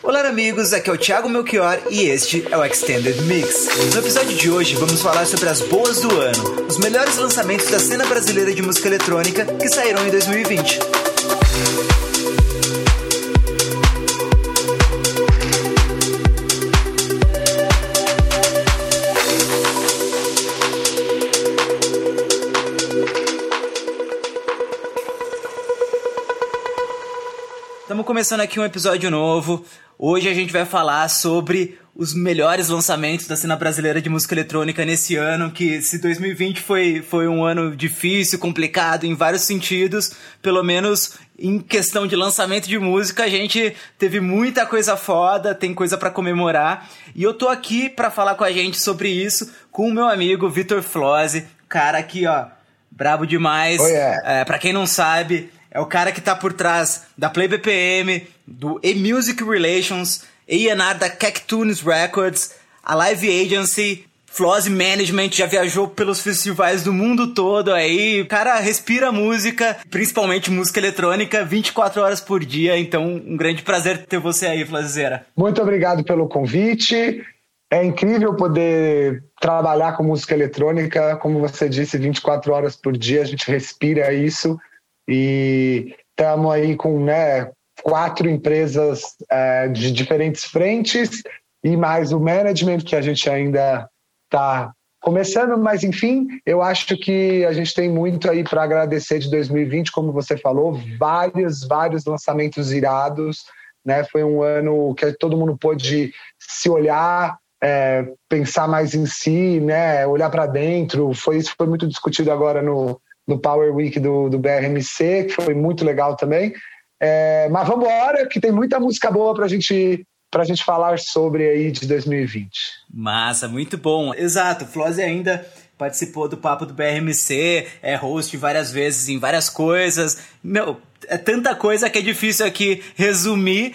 Olá amigos, aqui é o Thiago Melchior e este é o Extended Mix. No episódio de hoje vamos falar sobre as boas do ano, os melhores lançamentos da cena brasileira de música eletrônica que saíram em 2020. Estamos começando aqui um episódio novo. Hoje a gente vai falar sobre os melhores lançamentos da cena brasileira de música eletrônica nesse ano, que se 2020 foi um ano difícil, complicado em vários sentidos, pelo menos em questão de lançamento de música, a gente teve muita coisa foda, tem coisa pra comemorar. E eu tô aqui pra falar com a gente sobre isso com o meu amigo Vitor Flozzi, cara aqui, ó, brabo demais. Oh, yeah. Pra quem não sabe, é o cara que tá por trás da Play BPM, do E-Music Relations, A&R da Cactunes Records, a Live Agency, Flozzi Management, já viajou pelos festivais do mundo todo aí. O cara respira música, principalmente música eletrônica, 24 horas por dia. Então, um grande prazer ter você aí, Flozzizeira. Muito obrigado pelo convite. É incrível poder trabalhar com música eletrônica. Como você disse, 24 horas por dia, a gente respira isso. E estamos aí com 4 empresas de diferentes frentes e mais o management que a gente ainda está começando, mas enfim, eu acho que a gente tem muito aí para agradecer de 2020, como você falou, vários lançamentos irados, né? Foi um ano que todo mundo pôde se olhar, pensar mais em si, né? Olhar para dentro. Isso foi muito discutido agora no Power Week do BRMC, que foi muito legal também. Mas vamos embora, que tem muita música boa pra gente falar sobre aí de 2020. Massa, muito bom. Exato, o Flozzi ainda participou do papo do BRMC, é host várias vezes em várias coisas. Meu, é tanta coisa que é difícil aqui resumir.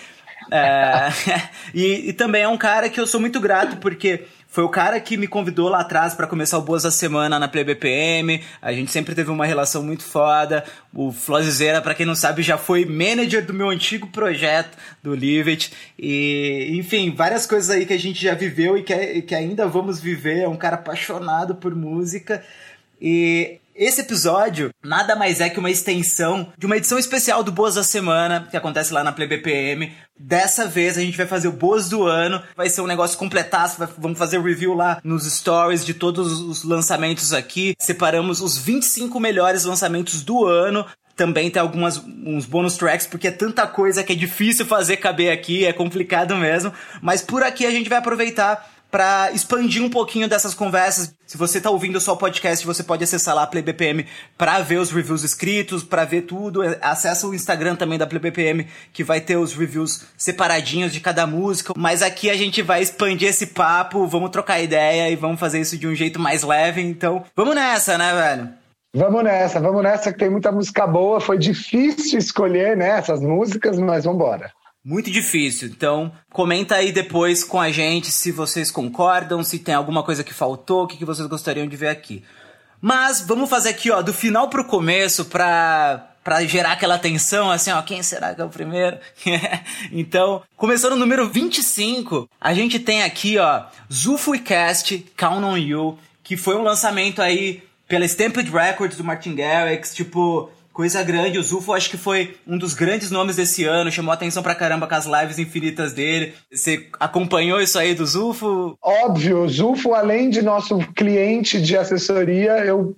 E também é um cara que eu sou muito grato, porque foi o cara que me convidou lá atrás para começar o Boas da Semana na Play BPM. A gente sempre teve uma relação muito foda. O Flozzizeira, para quem não sabe, já foi manager do meu antigo projeto, do Live It. E, enfim, várias coisas aí que a gente já viveu e que ainda vamos viver. É um cara apaixonado por música. E esse episódio nada mais é que uma extensão de uma edição especial do Boas da Semana, que acontece lá na Play BPM. Dessa vez a gente vai fazer o Boas do Ano, vai ser um negócio completaço, vamos fazer o review lá nos stories de todos os lançamentos aqui. Separamos os 25 melhores lançamentos do ano. Também tem uns bônus tracks, porque é tanta coisa que é difícil fazer caber aqui, é complicado mesmo. Mas por aqui a gente vai aproveitar para expandir um pouquinho dessas conversas. Se você está ouvindo só o podcast, você pode acessar lá a Play BPM para ver os reviews escritos, para ver tudo. Acessa o Instagram também da Play BPM, que vai ter os reviews separadinhos de cada música. Mas aqui a gente vai expandir esse papo, vamos trocar ideia e vamos fazer isso de um jeito mais leve. Então, vamos nessa, né, velho? Vamos nessa que tem muita música boa. Foi difícil escolher, né, essas músicas, mas vamos embora. Muito difícil, então comenta aí depois com a gente se vocês concordam, se tem alguma coisa que faltou, o que vocês gostariam de ver aqui. Mas vamos fazer aqui, ó, do final pro começo pra gerar aquela tensão, assim, ó, quem será que é o primeiro? Então, começando no número 25, a gente tem aqui, ó, Zufo e Cast, Count on You, que foi um lançamento aí pela Stampede Records do Martin Garrix, tipo, coisa grande. O Zufo acho que foi um dos grandes nomes desse ano, chamou atenção pra caramba com as lives infinitas dele. Você acompanhou isso aí do Zufo? Óbvio, o Zufo, além de nosso cliente de assessoria, eu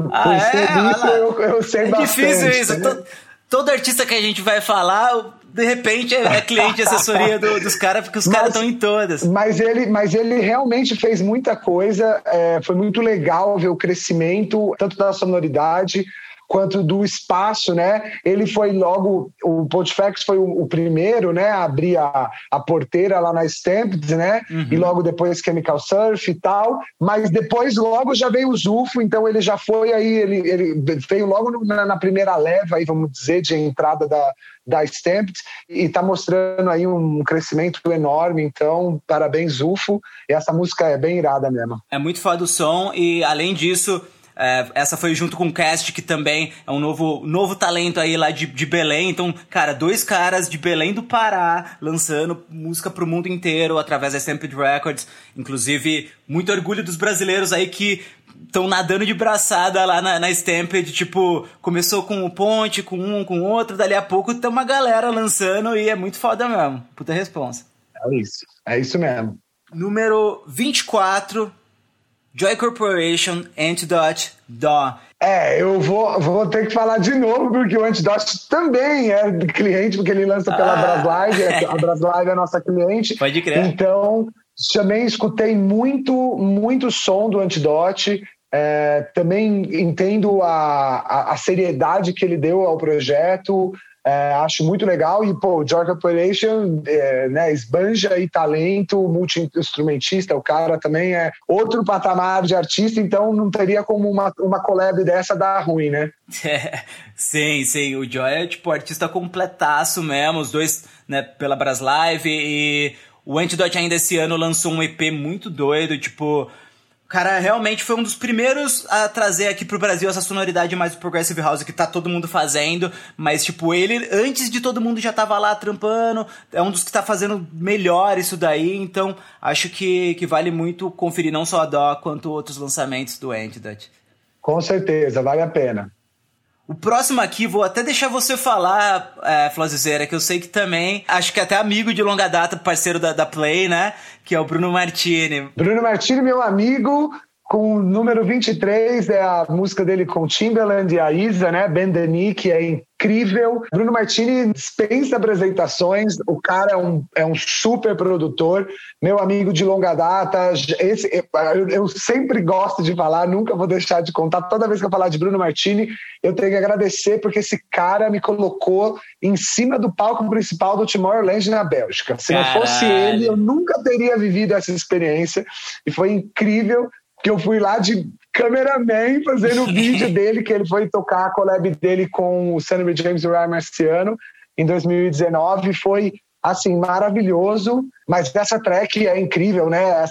sei bastante. É difícil isso, né? Todo artista que a gente vai falar, de repente é cliente de assessoria dos caras, porque os caras estão em todas. Mas ele realmente fez muita coisa, foi muito legal ver o crescimento, tanto da sonoridade quanto do espaço, né? Ele foi logo, o Podfax foi o primeiro, né, a abrir a porteira lá na Stampede, né? Uhum. E logo depois Chemical Surf e tal, mas depois logo já veio o Zufo, então ele já foi aí, ele veio logo na primeira leva, aí, vamos dizer, de entrada da Stampede, e tá mostrando aí um crescimento enorme, então parabéns Zufo, e essa música é bem irada mesmo. É muito foda o som, e além disso, Essa foi junto com o Cast, que também é um novo talento aí lá de Belém. Então, cara, 2 caras de Belém do Pará lançando música pro mundo inteiro através da Stampede Records. Inclusive, muito orgulho dos brasileiros aí que estão nadando de braçada lá na Stampede. Tipo, começou com o Ponte, com um, com outro, dali a pouco tem uma galera lançando e é muito foda mesmo. Puta responsa. É isso mesmo. Número 24, Joy Corporation, Antidote, Daw. Eu vou ter que falar de novo, porque o Antidote também é cliente, porque ele lança pela Braslive, a Braslive é a nossa cliente. Pode crer. Então, também escutei muito som do Antidote, também entendo a seriedade que ele deu ao projeto, acho muito legal. E, o Joy Corporation, esbanja e talento, multi-instrumentista, o cara também é outro patamar de artista, então não teria como uma collab dessa dar ruim, né? Sim, o Joy é tipo artista completaço mesmo, os dois, né, pela Braslive, e o Antidote ainda esse ano lançou um EP muito doido, tipo... Cara, realmente foi um dos primeiros a trazer aqui pro Brasil essa sonoridade mais do Progressive House que tá todo mundo fazendo, mas, tipo, ele, antes de todo mundo já tava lá trampando, é um dos que tá fazendo melhor isso daí, então acho que vale muito conferir não só a Daw, quanto outros lançamentos do Antidote. Com certeza, vale a pena. O próximo aqui, vou até deixar você falar, Flozizeira, que eu sei que também, acho que até amigo de longa data, parceiro da Play, né? Que é o Bruno Martini. Bruno Martini, meu amigo, com o número 23, é a música dele com Timbaland e a Isa, né? Bend the Knee, que é incrível. Bruno Martini dispensa apresentações, o cara é um super produtor, meu amigo de longa data. Eu sempre gosto de falar, nunca vou deixar de contar. Toda vez que eu falar de Bruno Martini, eu tenho que agradecer, porque esse cara me colocou em cima do palco principal do Tomorrowland na Bélgica. Se não fosse ele, eu nunca teria vivido essa experiência, e foi incrível, que eu fui lá de cameraman fazendo o vídeo dele, que ele foi tocar a collab dele com o Sonny James e o Ryan Marciano em 2019. Foi, assim, maravilhoso, mas essa track é incrível, né?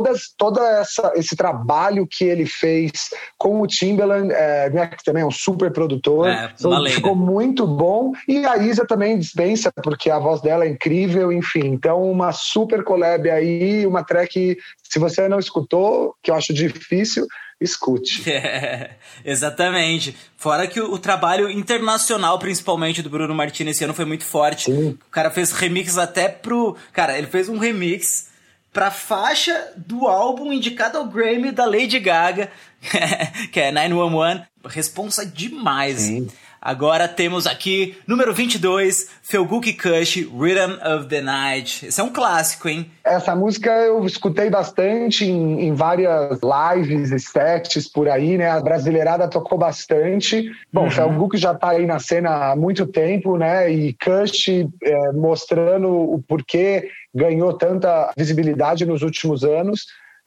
Esse trabalho que ele fez com o Timbaland, que também é um super produtor, ficou muito bom. E a Isa também dispensa, porque a voz dela é incrível, enfim. Então, uma super collab aí, uma track, se você não escutou, que eu acho difícil, escute. Exatamente. Fora que o trabalho internacional, principalmente do Bruno Martini, esse ano foi muito forte. Sim. O cara fez remix até pro... Cara, ele fez um remix pra faixa do álbum indicado ao Grammy da Lady Gaga, que é 911. Responsa demais. Sim. Agora temos aqui, número 22, Felguk Kush, Rhythm of the Night. Esse é um clássico, hein? Essa música eu escutei bastante em várias lives e sets por aí, né? A brasileirada tocou bastante. Bom, Felguk já tá aí na cena há muito tempo, né? E Kush mostrando o porquê ganhou tanta visibilidade nos últimos anos.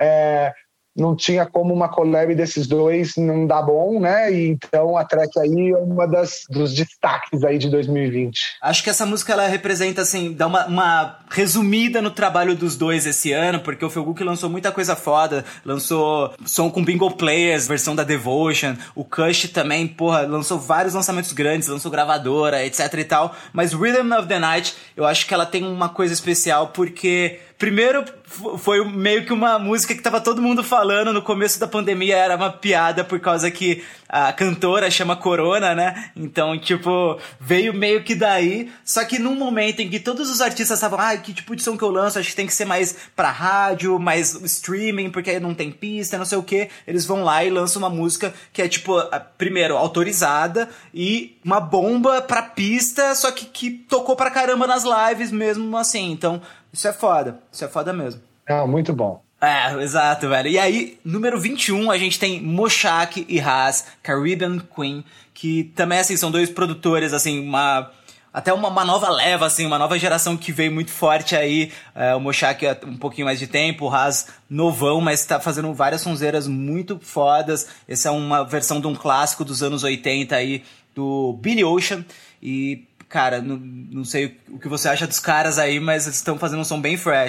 Não tinha como uma collab desses dois não dar bom, né? E então a track aí é uma dos destaques aí de 2020. Acho que essa música, ela representa, assim, dá uma resumida no trabalho dos dois esse ano, porque o Felguk lançou muita coisa foda, lançou som com Bingo Players, versão da Devotion, o Kush também, porra, lançou vários lançamentos grandes, lançou gravadora, etc e tal, mas Rhythm of the Night, eu acho que ela tem uma coisa especial, porque... Primeiro, foi meio que uma música que tava todo mundo falando no começo da pandemia, era uma piada por causa que a cantora chama Corona, né? Então, tipo, veio meio que daí, só que num momento em que todos os artistas estavam, que tipo de som que eu lanço, acho que tem que ser mais pra rádio, mais streaming, porque aí não tem pista, não sei o que, eles vão lá e lançam uma música que é, tipo, primeiro, autorizada e uma bomba pra pista, só que tocou pra caramba nas lives mesmo assim, então... Isso é foda mesmo. Muito bom. Exato, velho. E aí, número 21, a gente tem Moshak e Haas, Caribbean Queen, que também, assim, são dois produtores, assim, até uma nova leva, assim, uma nova geração que veio muito forte aí. O Moshak há um pouquinho mais de tempo, o Haas novão, mas tá fazendo várias sonzeiras muito fodas. Essa é uma versão de um clássico dos anos 80 aí, do Billy Ocean, e... Cara, não sei o que você acha dos caras aí, mas eles estão fazendo um som bem fresh.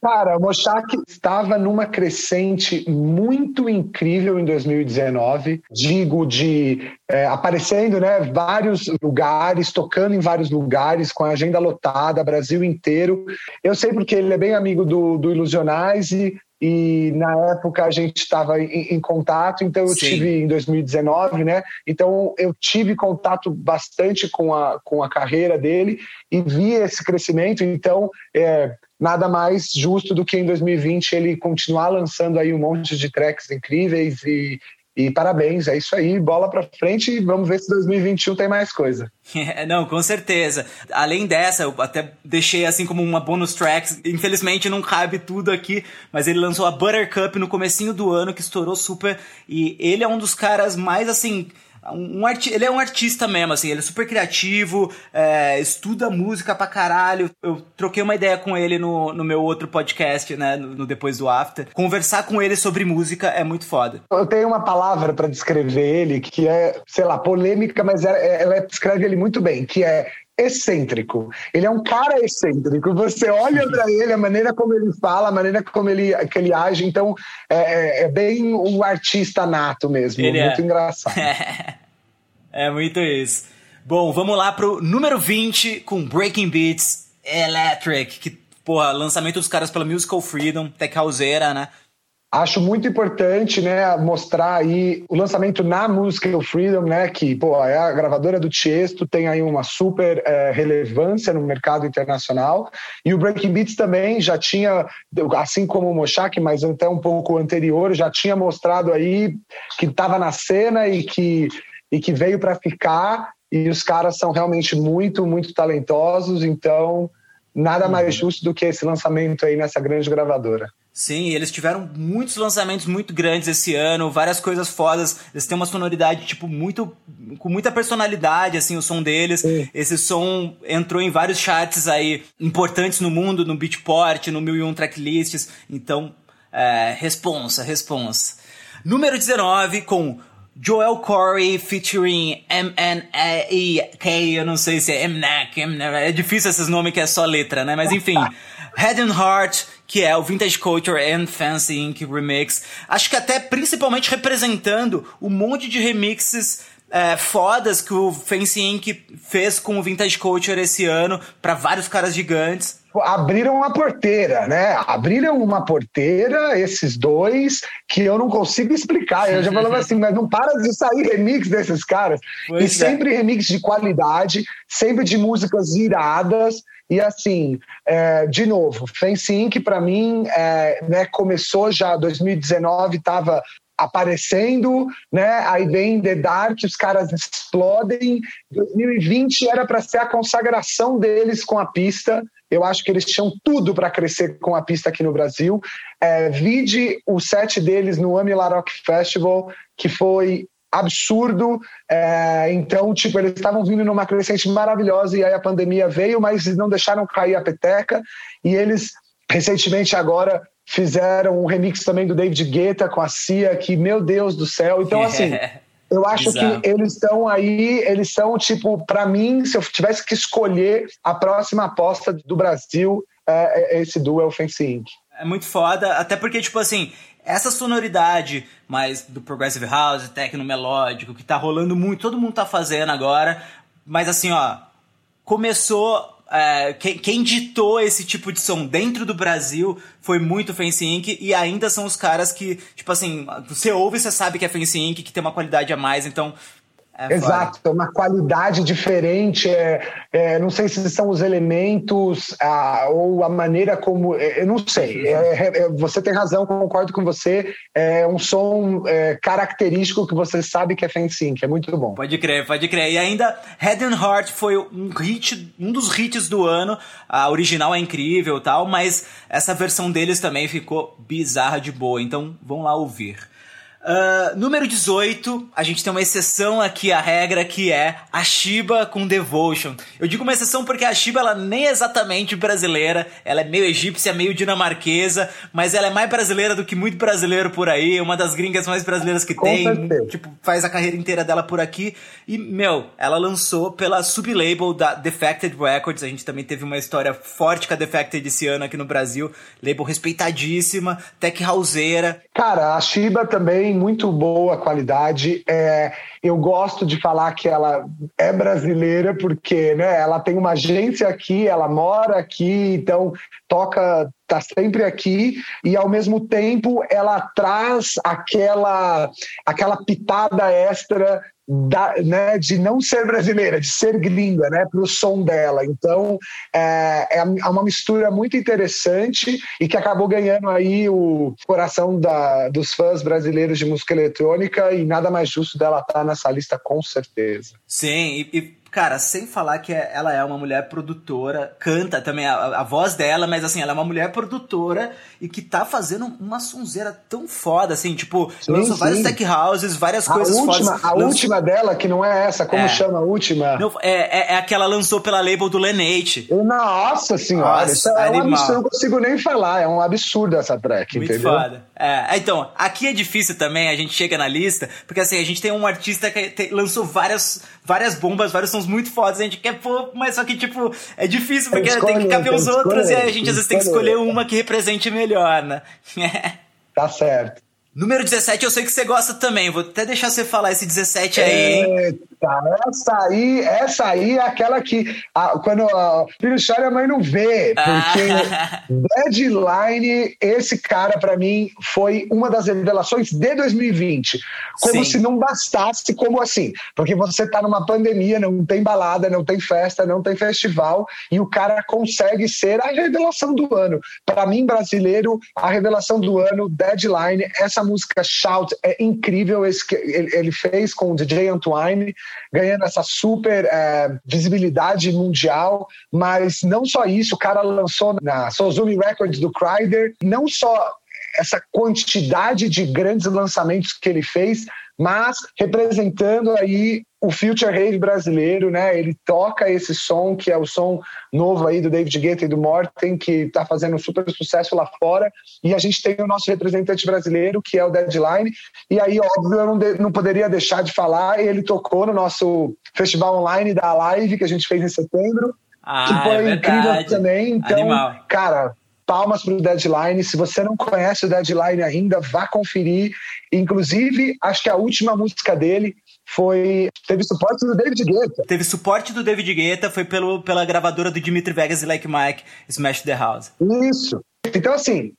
Cara, o Moshak estava numa crescente muito incrível em 2019, digo aparecendo, né, vários lugares, tocando em vários lugares, com a agenda lotada, Brasil inteiro. Eu sei porque ele é bem amigo do Ilusionais e na época a gente estava em contato, então eu tive em 2019, né? Então eu tive contato bastante com a carreira dele e vi esse crescimento, então nada mais justo do que em 2020 ele continuar lançando aí um monte de tracks incríveis e parabéns, é isso aí, bola pra frente e vamos ver se 2021 tem mais coisa. Não, com certeza. Além dessa, eu até deixei assim como uma bonus track, infelizmente não cabe tudo aqui, mas ele lançou a Buttercup no comecinho do ano, que estourou super, e ele é um dos caras mais assim... ele é um artista mesmo, assim, ele é super criativo, estuda música pra caralho. Eu troquei uma ideia com ele no meu outro podcast, né, no Depois do After. Conversar com ele sobre música é muito foda. Eu tenho uma palavra pra descrever ele, que é, sei lá, polêmica, mas ela descreve ele muito bem, que é excêntrico. Ele é um cara excêntrico. Você olha pra ele, a maneira como ele fala, a maneira como que ele age, então é bem um artista nato mesmo, ele muito engraçado. É muito isso. Bom, vamos lá pro número 20 com Breaking Beats Electric, que, porra, lançamento dos caras pela Musical Freedom, tech houseera, né? Acho muito importante, né, mostrar aí o lançamento na Musical Freedom, né, que, pô, é a gravadora do Tiesto, tem aí uma super relevância no mercado internacional, e o Breaking Beats também já tinha, assim como o Moshak, mas até um pouco anterior, já tinha mostrado aí que estava na cena e que veio para ficar, e os caras são realmente muito, muito talentosos, então nada mais justo do que esse lançamento aí nessa grande gravadora. Sim, eles tiveram muitos lançamentos muito grandes esse ano, várias coisas fodas. Eles têm uma sonoridade, tipo, com muita personalidade, assim, o som deles. Sim. Esse som entrou em vários charts aí importantes no mundo, no Beatport, no 1001 Tracklists. Então, responsa. Número 19, com Joel Corey featuring MNEK, eu não sei se é MNEK, é difícil esses nomes que é só letra, né? Mas enfim, Head and Heart, que é o Vintage Culture and Fancy Inc. Remix. Acho que até principalmente representando um monte de remixes fodas que o Fancy Inc. fez com o Vintage Culture esse ano para vários caras gigantes. Abriram uma porteira, né? Abriram uma porteira, esses dois, que eu não consigo explicar. Eu já falava assim, mas não para de sair remix desses caras. Pois e sempre remix de qualidade, sempre de músicas iradas. E assim, de novo, Fancy Inc. pra mim, né, começou já 2019, tava aparecendo, né? Aí vem The Dark, os caras explodem. 2020 era para ser a consagração deles com a pista. Eu acho que eles tinham tudo para crescer com a pista aqui no Brasil. Vide o set deles no Amila Rock Festival, que foi absurdo. Então, tipo, eles estavam vindo numa crescente maravilhosa e aí a pandemia veio, mas eles não deixaram cair a peteca. E eles, recentemente agora, fizeram um remix também do David Guetta com a Cia, que, meu Deus do céu. Então, assim... Eu acho que eles estão aí, eles são, tipo, pra mim, se eu tivesse que escolher a próxima aposta do Brasil, esse duo é o Fancy Inc. É muito foda, até porque, tipo assim, essa sonoridade mais do Progressive House, techno melódico, que tá rolando muito, todo mundo tá fazendo agora, mas assim, ó, começou... quem ditou esse tipo de som dentro do Brasil foi muito Fancy Inc. E ainda são os caras que, tipo assim, você ouve e você sabe que é Fancy Inc., que tem uma qualidade a mais, então... Exato, é uma qualidade diferente, não sei se são os elementos ou a maneira como, eu não sei, você tem razão, concordo com você, é um som característico que você sabe que é Fancy Inc., é muito bom. Pode crer, e ainda Head and Heart foi um dos hits do ano, a original é incrível e tal, mas essa versão deles também ficou bizarra de boa, então vamos lá ouvir. Número 18, a gente tem uma exceção aqui à regra, que é a Shiba com Devotion. Eu digo uma exceção porque a Shiba, ela nem é exatamente brasileira, ela é meio egípcia, meio dinamarquesa, mas ela é mais brasileira do que muito brasileiro por aí, uma das gringas mais brasileiras que tem, tipo, faz a carreira inteira dela por aqui. E, ela lançou pela sublabel da Defected Records. A gente também teve uma história forte com a Defected esse ano aqui no Brasil, label respeitadíssima, tech houseera. Cara, a Shiba também muito boa qualidade. Eu gosto de falar que ela é brasileira porque, né, ela tem uma agência aqui, ela mora aqui, então tá sempre aqui, e ao mesmo tempo ela traz aquela pitada extra né, de não ser brasileira, de ser gringa, né, para o som dela. Então é uma mistura muito interessante e que acabou ganhando aí o coração dos fãs brasileiros de música eletrônica, e nada mais justo dela estar nessa lista, com certeza. Sim, cara, sem falar que ela é uma mulher produtora, canta também a voz dela, mas assim, ela é uma mulher produtora e que tá fazendo uma sonzeira tão foda, assim, tipo, lançou vários tech houses, várias coisas fodas. A última dela, que não é essa, como chama a última? Não, é a que ela lançou pela label do Lenate. Nossa senhora, isso é um absurdo, eu não consigo nem falar, é um absurdo essa track, muito entendeu? Foda. Então, aqui é difícil também, a gente chega na lista, porque assim, a gente tem um artista que lançou várias bombas, vários sons muito fodas, a gente quer pôr, mas só que, tipo, é difícil, porque tem que caber os outros e a gente às vezes tem que escolher uma que represente melhor, né? Tá certo. Número 17, eu sei que você gosta também. Vou até deixar você falar esse 17 aí, hein? Essa aí é aquela que quando o filho chora, a mãe não vê. Porque Deadline, esse cara, pra mim, foi uma das revelações de 2020. Como se não bastasse, como assim? Porque você tá numa pandemia, não tem balada, não tem festa, não tem festival, e o cara consegue ser a revelação do ano. Pra mim, brasileiro, a revelação do ano, Deadline. Essa música Shout é incrível, ele fez com o DJ Antoine, ganhando essa super visibilidade mundial, mas não só isso, o cara lançou na Sozumi Records do Kryder, não só essa quantidade de grandes lançamentos que ele fez, mas representando aí o Future Rave brasileiro, né? Ele toca esse som, que é o som novo aí do David Guetta e do Morten, que tá fazendo um super sucesso lá fora, e a gente tem o nosso representante brasileiro, que é o Deadline, e aí, óbvio, eu não poderia deixar de falar, ele tocou no nosso festival online da Live, que a gente fez em setembro, que foi incrível também. Então, animal. Cara, palmas pro Deadline. Se você não conhece o Deadline ainda, vá conferir. Inclusive, acho que a última música dele teve suporte do David Guetta. Teve suporte do David Guetta, foi pela gravadora do Dimitri Vegas e Like Mike, Smash the House. Isso. Então, assim,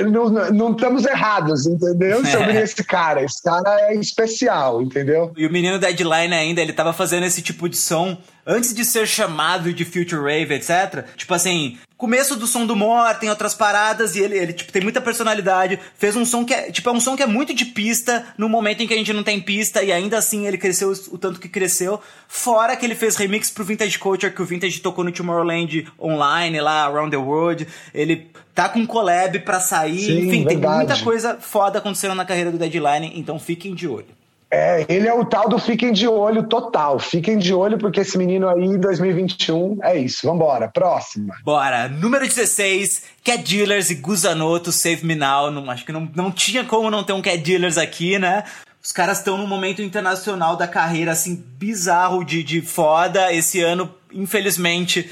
não estamos errados, entendeu? Sobre esse cara. Esse cara é especial, entendeu? E o menino Deadline ainda, ele tava fazendo esse tipo de som antes de ser chamado de Future Rave, etc. Tipo assim, começo do som do Mor, tem outras paradas, e ele tipo, tem muita personalidade, fez um som que é um som que é muito de pista, no momento em que a gente não tem pista, e ainda assim ele cresceu o tanto que cresceu, fora que ele fez remix pro Vintage Culture, que o Vintage tocou no Tomorrowland online, lá, Around the World, ele tá com collab pra sair. Sim, enfim, verdade. Tem muita coisa foda acontecendo na carreira do Deadline, então fiquem de olho. Ele é o tal do fiquem de olho total. Fiquem de olho porque esse menino aí em 2021 é isso. Vambora, próxima. Bora. Número 16, Cat Dealers e Gusanoto, Save Me Now. Acho que não tinha como não ter um Cat Dealers aqui, né? Os caras estão num momento internacional da carreira, assim, bizarro de foda. Esse ano, infelizmente,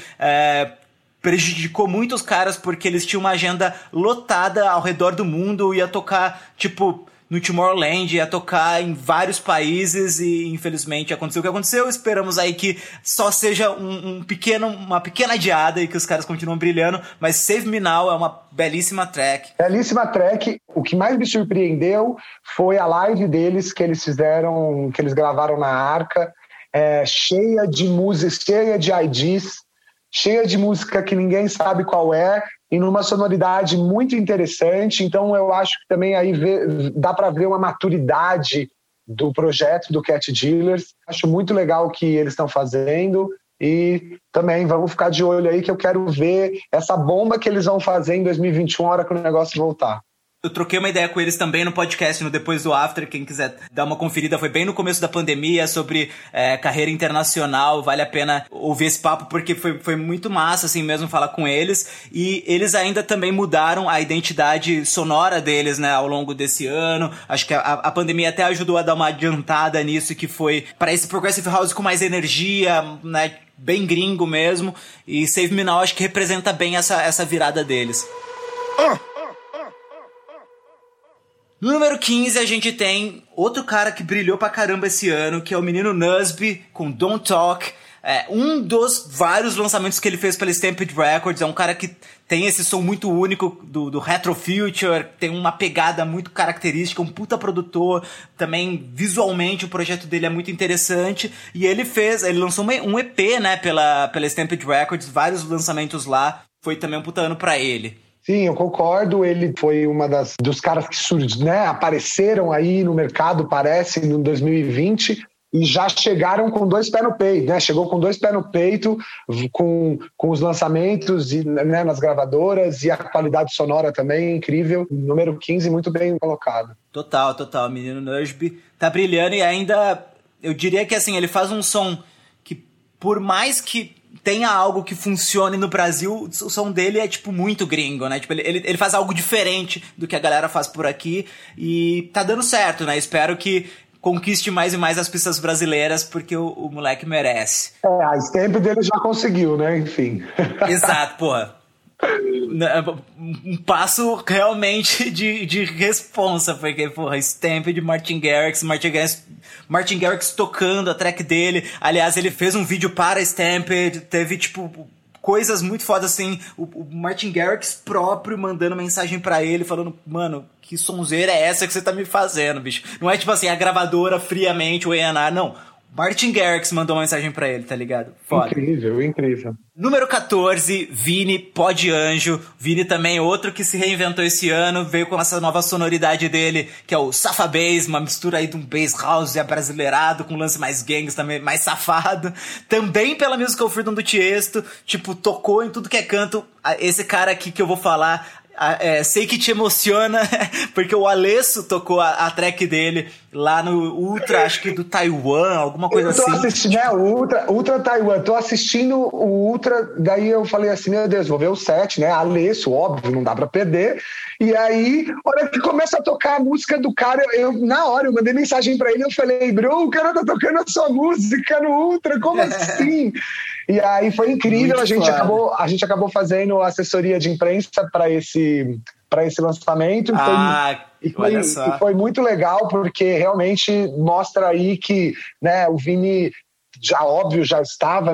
prejudicou muitos caras porque eles tinham uma agenda lotada ao redor do mundo, ia tocar, tipo, no Tomorrowland, ia tocar em vários países e infelizmente aconteceu o que aconteceu. Esperamos aí que só seja uma pequena adiada e que os caras continuam brilhando, mas Save Me Now é uma belíssima track. Belíssima track. O que mais me surpreendeu foi a live deles que eles fizeram, que eles gravaram na Arca, cheia de músicas, cheia de IDs, cheia de música que ninguém sabe qual é, e numa sonoridade muito interessante. Então eu acho que também aí dá para ver uma maturidade do projeto do Cat Dealers. Acho muito legal o que eles estão fazendo, e também vamos ficar de olho aí que eu quero ver essa bomba que eles vão fazer em 2021, a hora que o negócio voltar. Eu troquei uma ideia com eles também no podcast, no Depois do After, quem quiser dar uma conferida, foi bem no começo da pandemia, sobre carreira internacional, vale a pena ouvir esse papo, porque foi muito massa, assim mesmo, falar com eles, e eles ainda também mudaram a identidade sonora deles, né, ao longo desse ano. Acho que a pandemia até ajudou a dar uma adiantada nisso, que foi para esse Progressive House com mais energia, né, bem gringo mesmo, e Save Me Now acho que representa bem essa virada deles. No número 15, a gente tem outro cara que brilhou pra caramba esse ano, que é o menino Nusby, com Don't Talk. Um dos vários lançamentos que ele fez pela Stampede Records. É um cara que tem esse som muito único do Retro Future, tem uma pegada muito característica, um puta produtor. Também, visualmente, o projeto dele é muito interessante. E ele lançou um EP, né, pela Stampede Records, vários lançamentos lá. Foi também um puta ano pra ele. Sim, eu concordo. Ele foi dos caras que né, apareceram aí no mercado, parece, no 2020, e já chegaram com 2 pés no peito, né? Chegou com 2 pés no peito, com os lançamentos e, né, nas gravadoras, e a qualidade sonora também incrível. Número 15, muito bem colocado. Total. O menino Nusby tá brilhando, e ainda, eu diria que assim, ele faz um som que, por mais que tenha algo que funcione no Brasil, o som dele é, tipo, muito gringo, né? Tipo, ele faz algo diferente do que a galera faz por aqui, e tá dando certo, né? Espero que conquiste mais e mais as pistas brasileiras, porque o moleque merece. A stamp dele já conseguiu, né? Enfim. Exato, porra. Um passo realmente de responsa, porque, porra, Stamp de Martin Garrix tocando a track dele. Aliás, ele fez um vídeo para Stamp, teve, tipo, coisas muito fodas, assim, o Martin Garrix próprio mandando mensagem pra ele, falando, mano, que sonzeira é essa que você tá me fazendo, bicho? Não é tipo assim, a gravadora friamente, o A&R, não. Martin Garrix mandou uma mensagem pra ele, tá ligado? Foda. Incrível. Número 14, Vini, Pó de Anjo. Vini também, outro que se reinventou esse ano, veio com essa nova sonoridade dele, que é o Safa Bass, uma mistura aí de um bass house abrasileirado, com um lance mais gangs também, mais safado. Também pela Musical Freedom do Tiesto, tipo, tocou em tudo que é canto. Esse cara aqui que eu vou falar, sei que te emociona, porque o Alesso tocou a track dele lá no Ultra, acho que do Taiwan, alguma coisa assim. Eu tô assistindo, né, o Ultra Taiwan, tô assistindo o Ultra, daí eu falei assim, meu Deus, vou ver o set, né, Alesso, óbvio, não dá pra perder. E aí, a hora que começa a tocar a música do cara, na hora, eu mandei mensagem pra ele, eu falei, bro, o cara tá tocando a sua música no Ultra, como assim? E aí foi incrível, a gente acabou fazendo assessoria de imprensa para esse lançamento. E foi muito legal, porque realmente mostra aí que, né, o Vini já estava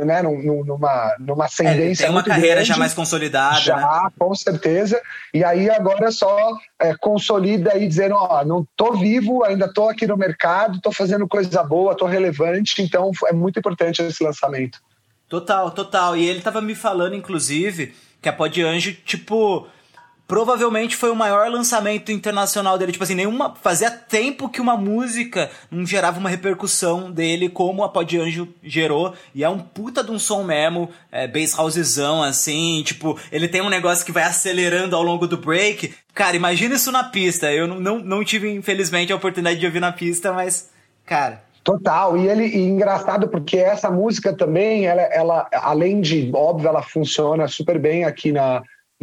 numa ascendência. Tem uma carreira grande, já mais consolidada. Já, né? Com certeza. E aí agora só consolida aí, dizendo, não tô vivo, ainda tô aqui no mercado, tô fazendo coisa boa, tô relevante, então é muito importante esse lançamento. Total. E ele tava me falando, inclusive, que a Pó de Anjo, tipo, provavelmente foi o maior lançamento internacional dele. Tipo assim, fazia tempo que uma música não gerava uma repercussão dele como a Pó de Anjo gerou. E é um puta de um som mesmo, bass housezão, assim. Tipo, ele tem um negócio que vai acelerando ao longo do break. Cara, imagina isso na pista. Eu não tive, infelizmente, a oportunidade de ouvir na pista, mas, cara... Total, e engraçado porque essa música também, ela além de, óbvio, ela funciona super bem aqui na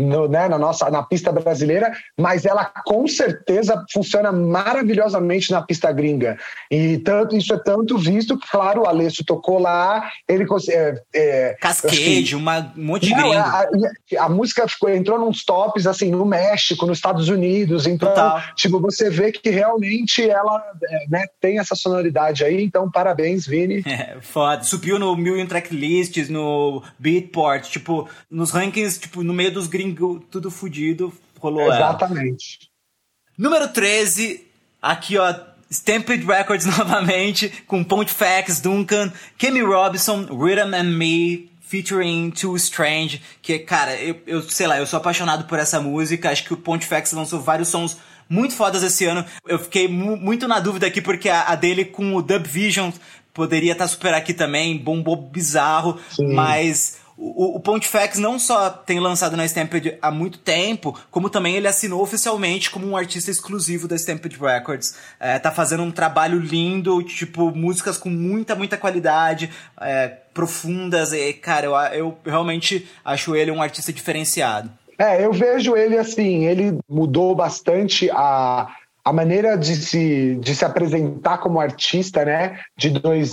pista brasileira, mas ela com certeza funciona maravilhosamente na pista gringa. E isso é tanto visto que, claro, o Alesso tocou lá, ele Cascade, um monte de gringo. A música entrou nos tops, assim, no México, nos Estados Unidos, então, tipo, você vê que realmente ela, né, tem essa sonoridade aí, então parabéns, Vini. Foda, subiu no Million Tracklists, no Beatport, tipo, nos rankings, tipo, no meio dos gringos, tudo fudido, rolou exatamente. Número 13, aqui ó, Stampede Records novamente, com Pontifex, Duncan, Kemi Robinson, Rhythm and Me, featuring Too Strange, que, cara, eu sei lá, eu sou apaixonado por essa música, acho que o Pontifex lançou vários sons muito fodas esse ano, eu fiquei muito na dúvida aqui, porque a dele com o Dub Vision poderia estar super aqui também, bombou bizarro, sim. Mas o Pontifex não só tem lançado na Stampede há muito tempo, como também ele assinou oficialmente como um artista exclusivo da Stampede Records. Tá fazendo um trabalho lindo, tipo, músicas com muita, muita qualidade, profundas, e, cara, eu realmente acho ele um artista diferenciado. Eu vejo ele assim, ele mudou bastante a maneira de se apresentar como artista, né? De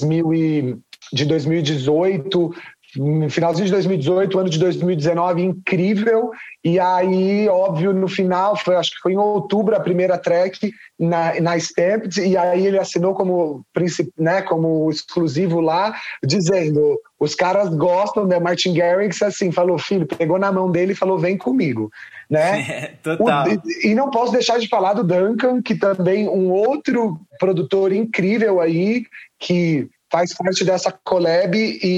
2018, no finalzinho de 2018, ano de 2019, incrível. E aí, óbvio, no final, acho que foi em outubro a primeira track na Stamped, e aí ele assinou como exclusivo lá, dizendo, os caras gostam, né? Martin Garrix, assim, falou, filho, pegou na mão dele e falou, vem comigo, né? Total. E não posso deixar de falar do Duncan, que também um outro produtor incrível aí, que faz parte dessa collab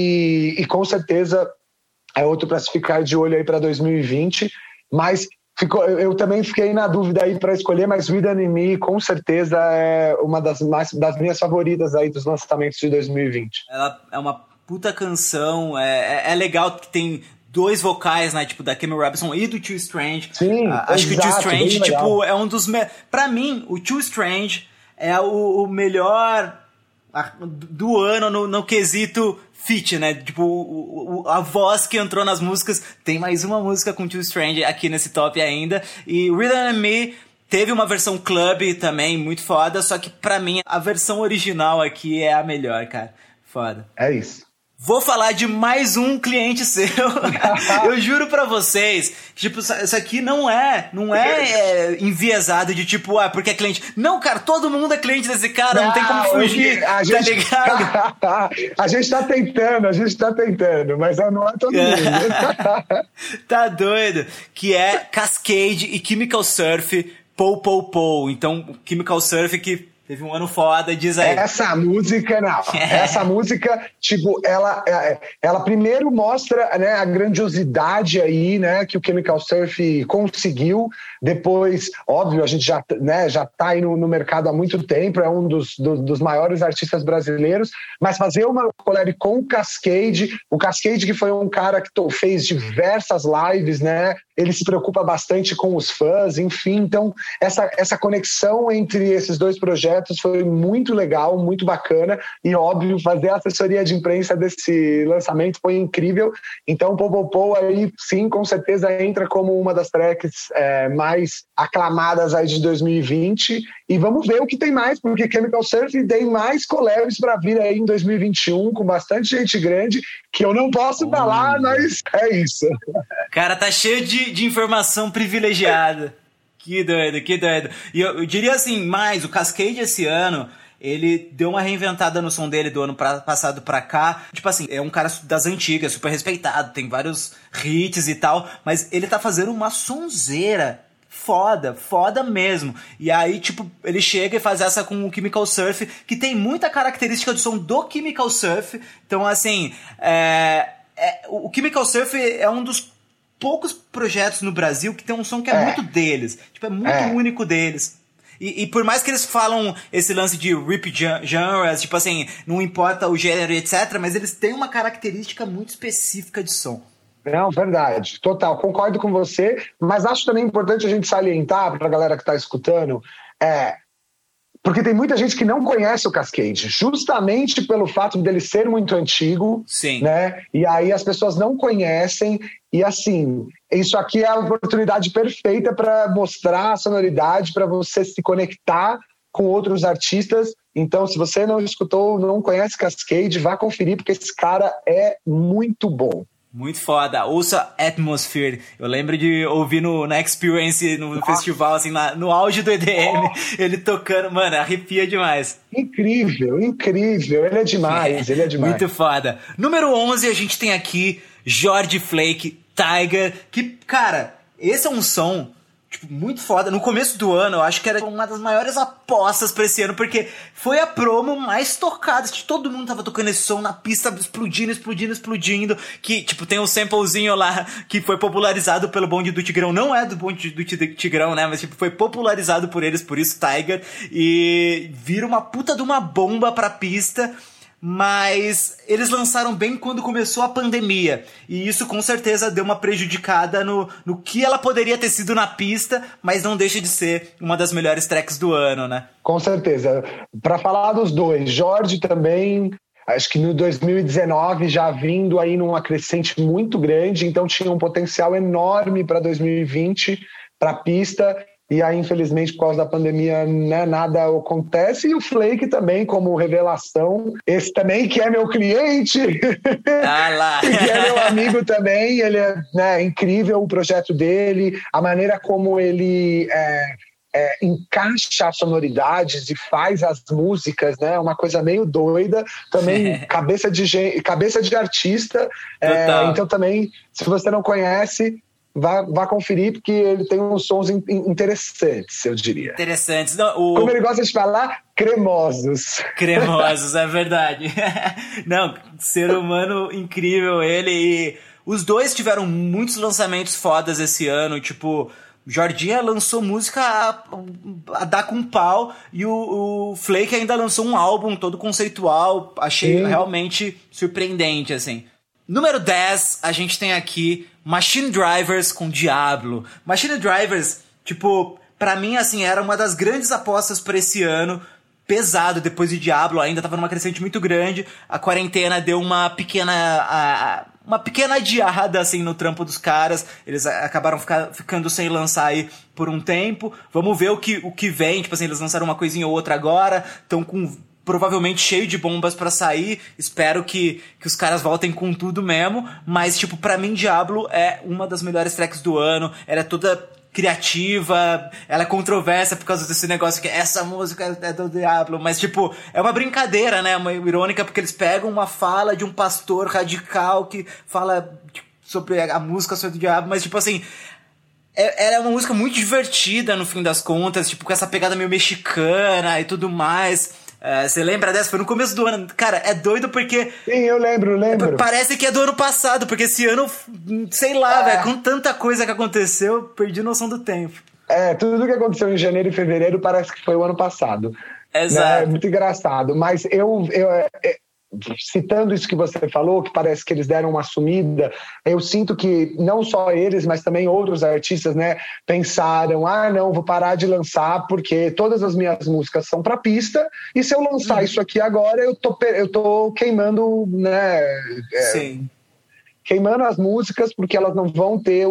e com certeza é outro para se ficar de olho aí para 2020, mas eu também fiquei na dúvida aí para escolher, mas With an Me com certeza é uma das minhas favoritas aí dos lançamentos de 2020. Ela é uma puta canção, é legal que tem 2 vocais, né, tipo, da Kim Robinson e do Too Strange. Sim, acho que o Too Strange, tipo, legal. é um dos... Pra mim, o Too Strange é o melhor do ano no quesito feat, né? Tipo, a voz que entrou nas músicas. Tem mais uma música com Too Strange aqui nesse top ainda. E Rhythm and Me teve uma versão club também, muito foda. Só que pra mim, a versão original aqui é a melhor, cara. Foda. É isso. Vou falar de mais um cliente seu. Eu juro pra vocês, tipo, isso aqui não é enviesado de tipo, porque é cliente. Não, cara, todo mundo é cliente desse cara, não tem como fugir, tá ligado? A gente tá tentando, mas não é todo mundo. Tá doido. Que é Cascade e Chemical Surf, Pou Pou Pou. Então, Chemical Surf que teve um ano foda, diz aí. Essa música, não. Essa música, tipo, ela primeiro mostra, né, a grandiosidade aí, né, que o Chemical Surf conseguiu. Depois, óbvio, a gente já tá aí no mercado há muito tempo, é um dos maiores artistas brasileiros, mas fazer uma collab com o Cascade que foi um cara que fez diversas lives, né, ele se preocupa bastante com os fãs, enfim, então essa conexão entre esses dois projetos foi muito legal, muito bacana, e óbvio, fazer a assessoria de imprensa desse lançamento foi incrível. Então Popopou aí sim, com certeza entra como uma das tracks mais aclamadas aí de 2020, e vamos ver o que tem mais, porque Chemical Surf tem mais collabs para vir aí em 2021, com bastante gente grande, que eu não posso falar, mas é isso. Cara, tá cheio de informação privilegiada. Que doido, que doido. E eu diria assim, o Cascade esse ano, ele deu uma reinventada no som dele do ano passado pra cá. Tipo assim, é um cara das antigas, super respeitado, tem vários hits e tal, mas ele tá fazendo uma sonzeira foda mesmo. E aí, tipo, ele chega e faz essa com o Chemical Surf, que tem muita característica do som do Chemical Surf. Então, assim, o Chemical Surf é um dos poucos projetos no Brasil que tem um som que é muito deles. Tipo, é muito único deles. E por mais que eles falam esse lance de rip genres, tipo assim, não importa o gênero, etc., mas eles têm uma característica muito específica de som. Não, verdade. Total, concordo com você, mas acho também importante a gente salientar para a galera que está escutando, porque tem muita gente que não conhece o Cascade, justamente pelo fato dele ser muito antigo. Sim. Né? E aí as pessoas não conhecem, e assim, isso aqui é a oportunidade perfeita para mostrar a sonoridade, para você se conectar com outros artistas. Então, se você não escutou, não conhece Cascade, vá conferir, porque esse cara é muito bom. Muito foda. Ouça Atmosphere. Eu lembro de ouvir na Experience, no festival, assim, no auge do EDM, ele tocando. Mano, arrepia demais. Incrível. Ele é demais, ele é demais. Muito foda. Número 11, a gente tem aqui George Flake, Tiger, que, cara, esse é um som tipo, muito foda. No começo do ano, eu acho que era uma das maiores apostas pra esse ano, porque foi a promo mais tocada. Todo mundo tava tocando esse som na pista, explodindo. Que, tipo, tem um samplezinho lá que foi popularizado pelo Bonde do Tigrão. Não é do Bonde do Tigrão, né? Mas, tipo, foi popularizado por eles, por isso Tiger. E vira uma puta de uma bomba pra pista. mas eles lançaram bem quando começou a pandemia, e isso com certeza deu uma prejudicada no que ela poderia ter sido na pista, mas não deixa de ser uma das melhores tracks do ano, né? Com certeza. Para falar dos dois, Jorge também, acho que no 2019 já vindo aí numa crescente muito grande, então tinha um potencial enorme para 2020 para a pista. E aí, infelizmente, por causa da pandemia, né, nada acontece. E o Flake também, como revelação. Esse também, que é meu cliente. Ah lá! Que é meu amigo também. Ele é, né, incrível o projeto dele. A maneira como ele encaixa as sonoridades e faz as músicas, né? Uma coisa meio doida. Também cabeça de artista. Então também, se você não conhece... Vá conferir, porque ele tem uns sons interessantes, eu diria. Interessantes. Como ele gosta de falar, cremosos. Cremosos, é verdade. Não, ser humano incrível ele. E os dois tiveram muitos lançamentos fodas esse ano, tipo... Jordinha lançou música a dar com pau, e o Flake ainda lançou um álbum todo conceitual. Achei realmente surpreendente, assim. Número 10, a gente tem aqui Machine Drivers com Diablo. Machine Drivers, tipo, pra mim, assim, era uma das grandes apostas pra esse ano. Pesado, depois de Diablo, ainda tava numa crescente muito grande. A quarentena deu uma pequena adiada, assim, no trampo dos caras. Eles acabaram ficando sem lançar aí por um tempo. Vamos ver o que vem. Tipo assim, eles lançaram uma coisinha ou outra agora. Estão com... provavelmente cheio de bombas pra sair. Espero que os caras voltem com tudo mesmo. Mas, tipo, pra mim, Diablo é uma das melhores tracks do ano. Ela é toda criativa, ela é controversa por causa desse negócio que essa música é do Diablo. Mas, tipo, é uma brincadeira, né? Uma irônica, porque eles pegam uma fala de um pastor radical que fala sobre a música sobre o Diablo. Mas, tipo assim... ela é uma música muito divertida, no fim das contas. Tipo, com essa pegada meio mexicana e tudo mais... Você lembra dessa? Foi no começo do ano. Cara, é doido porque... Sim, eu lembro. Parece que é do ano passado, porque esse ano, sei lá, velho, com tanta coisa que aconteceu, perdi noção do tempo. Tudo que aconteceu em janeiro e fevereiro parece que foi o ano passado. Exato. Né? É muito engraçado. Mas eu citando isso que você falou, que parece que eles deram uma sumida, eu sinto que não só eles, mas também outros artistas, né, pensaram, não, vou parar de lançar porque todas as minhas músicas são pra pista, e se eu lançar isso aqui agora, eu tô queimando, né, Sim. queimando as músicas, porque elas não vão ter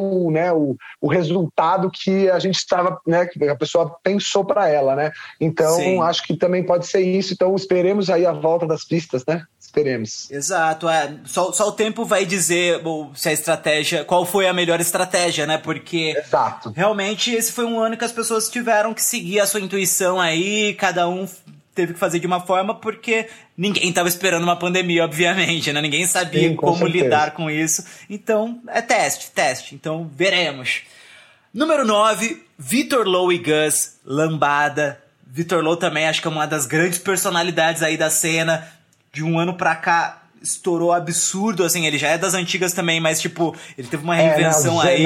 o resultado que a gente estava, né, que a pessoa pensou para ela, né? Então, sim, acho que também pode ser isso. Então, esperemos aí a volta das pistas, né? Esperemos. Exato. Só o tempo vai dizer se a estratégia, qual foi a melhor estratégia, né? Porque exato, realmente esse foi um ano que as pessoas tiveram que seguir a sua intuição aí, cada um teve que fazer de uma forma, porque ninguém estava esperando uma pandemia, obviamente, né? Ninguém sabia sim, como certeza lidar com isso. Então, é teste. Então, veremos. Número 9, Vitor Low e Gus, Lambada. Vitor Low também acho que é uma das grandes personalidades aí da cena. De um ano pra cá, estourou absurdo, assim, ele já é das antigas também, mas, tipo, ele teve uma reinvenção aí.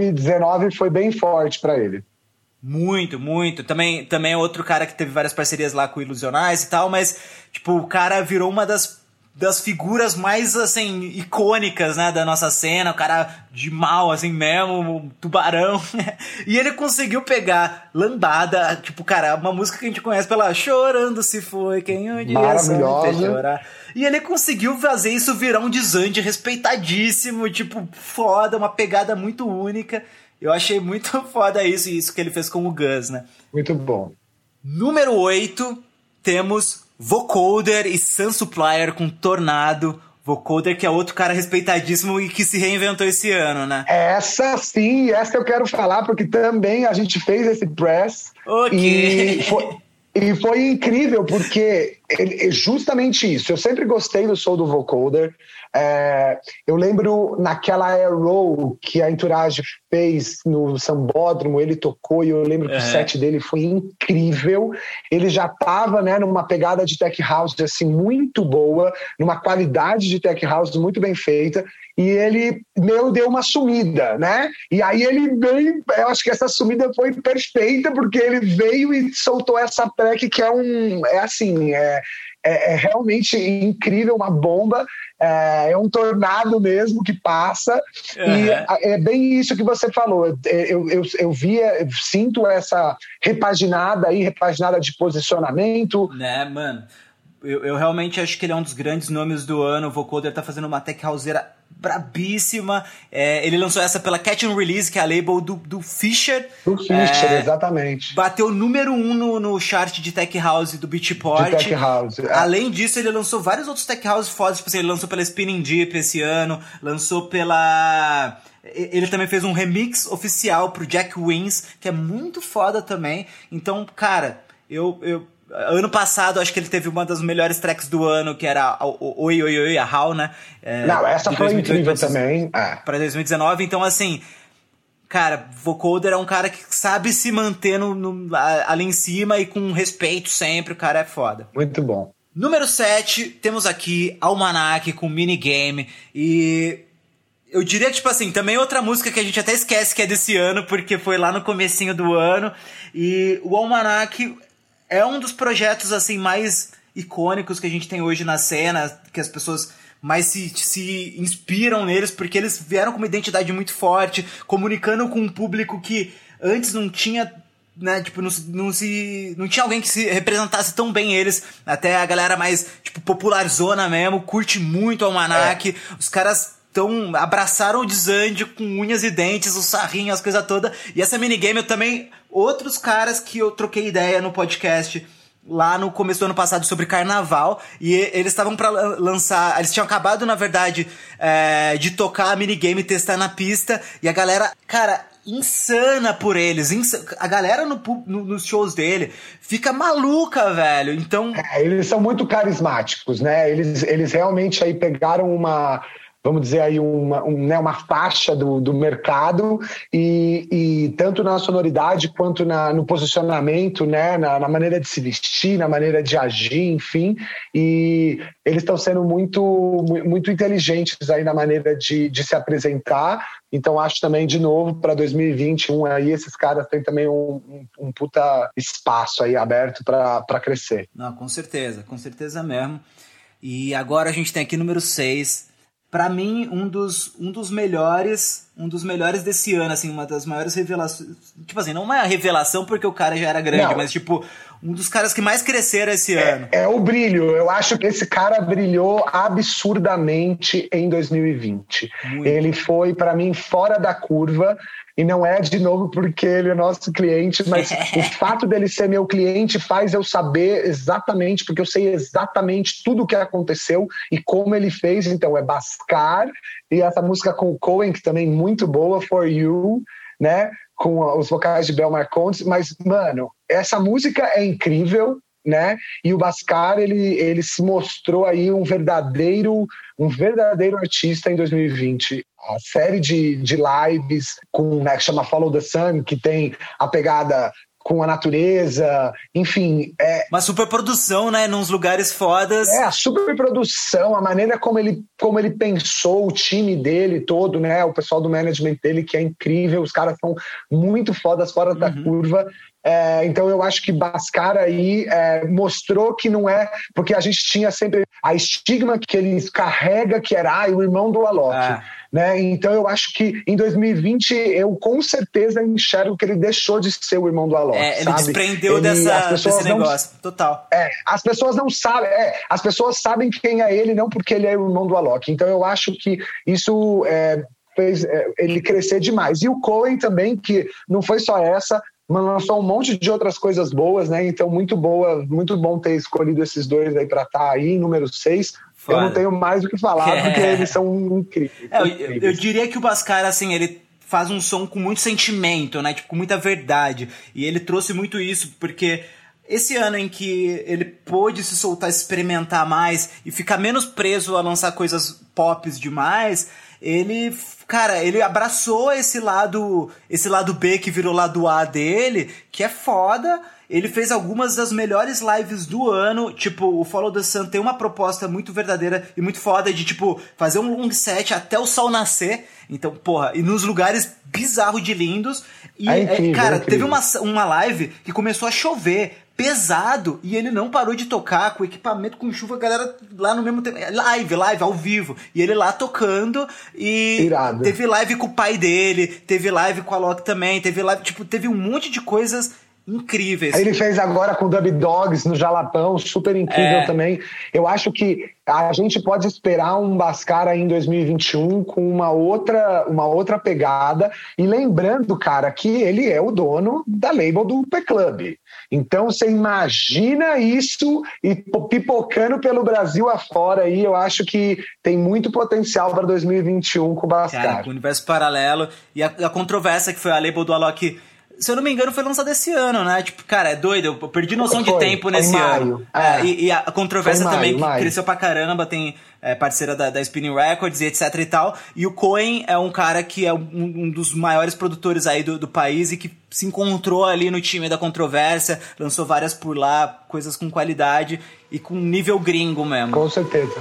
19 foi bem forte pra ele. Muito. Também é outro cara que teve várias parcerias lá com Ilusionais e tal, mas, tipo, o cara virou uma das figuras mais, assim, icônicas, né, da nossa cena, o cara de mal, assim mesmo, um tubarão. E ele conseguiu pegar Lambada, tipo, cara, uma música que a gente conhece pela Chorando Se Foi, quem um dia sabe chorar. E ele conseguiu fazer isso virar um desande respeitadíssimo, tipo, foda, uma pegada muito única. Eu achei muito foda isso que ele fez com o Gus, né? Muito bom. Número 8, temos Vocoder e Sun Supplier com Tornado. Vocoder, que é outro cara respeitadíssimo e que se reinventou esse ano, né? Essa eu quero falar, porque também a gente fez esse press. Ok. E foi incrível, porque justamente isso. Eu sempre gostei do som do Vocoder. Eu lembro naquela Arrow que a Entourage fez no Sambódromo, ele tocou, e eu lembro que o set dele foi incrível. Ele já estava, né, numa pegada de tech house assim, muito boa, numa qualidade de tech house muito bem feita, e ele deu uma sumida, né? E aí ele veio, eu acho que essa sumida foi perfeita, porque ele veio e soltou essa track que é realmente incrível, uma bomba, é um tornado mesmo que passa, e é bem isso que você falou. Eu sinto essa repaginada de posicionamento. Né, mano? Eu realmente acho que ele é um dos grandes nomes do ano. O vocoder tá fazendo uma tech houseera brabíssima. Ele lançou essa pela Catch and Release, que é a label do Fisher. Do Fisher, exatamente. Bateu número 1 no chart de tech house do Beatport. De tech house. Além disso, ele lançou vários outros tech house fodas. Tipo assim, ele lançou pela Spinning Deep esse ano. Lançou pela... Ele também fez um remix oficial pro Jack Wins, que é muito foda também. Então, cara, ano passado, acho que ele teve uma das melhores tracks do ano, que era Oi, Oi, Oi, a How, né? Não, essa foi incrível também. Pra 2019, então assim... Cara, vocoder é um cara que sabe se manter ali em cima e com respeito sempre, o cara é foda. Muito bom. Número 7, temos aqui Almanac com Minigame, e... Eu diria que, tipo assim, também outra música que a gente até esquece que é desse ano, porque foi lá no comecinho do ano, e o Almanac... É um dos projetos, assim, mais icônicos que a gente tem hoje na cena, que as pessoas mais se inspiram neles, porque eles vieram com uma identidade muito forte, comunicando com um público que antes não tinha, né, tipo, não tinha alguém que se representasse tão bem eles, até a galera mais, tipo, popularzona mesmo, curte muito o Almanac, os caras... Então, abraçaram o desande com unhas e dentes, o sarrinho, as coisas todas. E essa minigame eu também... Outros caras que eu troquei ideia no podcast lá no começo do ano passado sobre carnaval. E eles estavam pra lançar... Eles tinham acabado, na verdade, de tocar a minigame e testar na pista. E a galera, cara... insana por eles. A galera nos shows dele fica maluca, velho. Então... eles são muito carismáticos, né? Eles realmente aí pegaram vamos dizer aí, uma faixa do mercado e tanto na sonoridade quanto no posicionamento, né, na maneira de se vestir, na maneira de agir, enfim, e eles estão sendo muito, muito inteligentes aí na maneira de se apresentar. Então acho também, de novo, para 2021 aí esses caras têm também um puta espaço aí aberto para crescer. Não, com certeza mesmo. E agora a gente tem aqui número 6. Pra mim, um dos melhores desse ano, assim, uma das maiores revelações. Tipo assim, não uma revelação porque o cara já era grande, não, mas tipo, um dos caras que mais cresceram esse ano. É o brilho. Eu acho que esse cara brilhou absurdamente em 2020. Muito. Ele foi, pra mim, fora da curva. E não é, de novo, porque ele é nosso cliente, mas o fato dele ser meu cliente faz eu saber exatamente, porque eu sei exatamente tudo o que aconteceu e como ele fez. Então, é Bhaskar, e essa música com o Cohen, que também é muito boa, For You, né? Com os vocais de Bel Marcondes. Mas, mano, essa música é incrível, né? E o Bhaskar, ele se mostrou aí um verdadeiro artista em 2020. A série de lives né, que chama Follow the Sun, que tem a pegada com a natureza, enfim... Uma superprodução, né? Nos lugares fodas. A superprodução, a maneira como ele pensou, o time dele todo, né? O pessoal do management dele, que é incrível, os caras são muito fodas, fora da curva. Então eu acho que Bhaskar aí mostrou que não é... Porque a gente tinha sempre a estigma que ele carrega, que era o irmão do Alok. Né? Então eu acho que em 2020 eu com certeza enxergo que ele deixou de ser o irmão do Alok. Ele desprendeu desse negócio, total. As pessoas não sabem, as pessoas sabem quem é ele, não porque ele é o irmão do Alok. Então eu acho que isso fez ele crescer demais. E o Cohen também, que não foi só essa, mas lançou um monte de outras coisas boas, né? Então muito bom ter escolhido esses dois aí pra estar aí, número 6. Foda. Eu não tenho mais o que falar, porque eles são incríveis. Eu diria que o Bhaskar, assim, ele faz um som com muito sentimento, né? Tipo, com muita verdade. E ele trouxe muito isso, porque esse ano em que ele pôde se soltar, experimentar mais e ficar menos preso a lançar coisas pop demais, ele abraçou esse lado B que virou lado A dele, que é foda. Ele fez algumas das melhores lives do ano, tipo, o Follow the Sun tem uma proposta muito verdadeira e muito foda de, tipo, fazer um long set até o sol nascer, então, porra, e nos lugares bizarros de lindos, e, incrível, cara, teve uma live que começou a chover, pesado, e ele não parou de tocar com equipamento, com chuva, a galera lá no mesmo tempo, live, ao vivo, e ele lá tocando, e Irado. Teve live com o pai dele, teve live com a Loki também, teve um monte de coisas incríveis. Aí ele fez agora com o Dub Dogs no Jalapão, super incrível também. Eu acho que a gente pode esperar um Bhaskara em 2021 com uma outra pegada. E lembrando, cara, que ele é o dono da label do P-Club. Então você imagina isso e pipocando pelo Brasil afora aí. Eu acho que tem muito potencial para 2021 com o Bhaskara. Cara, com o Universo Paralelo e a controvérsia que foi a label do Alok. Se eu não me engano, foi lançado esse ano, né? Tipo, cara, é doido, eu perdi noção de tempo nesse ano. E a controvérsia também, que cresceu pra caramba, tem parceira da Spinning Records e etc e tal. E o Cohen é um cara que é um dos maiores produtores aí do país e que se encontrou ali no time da controvérsia, lançou várias por lá, coisas com qualidade e com nível gringo mesmo. Com certeza.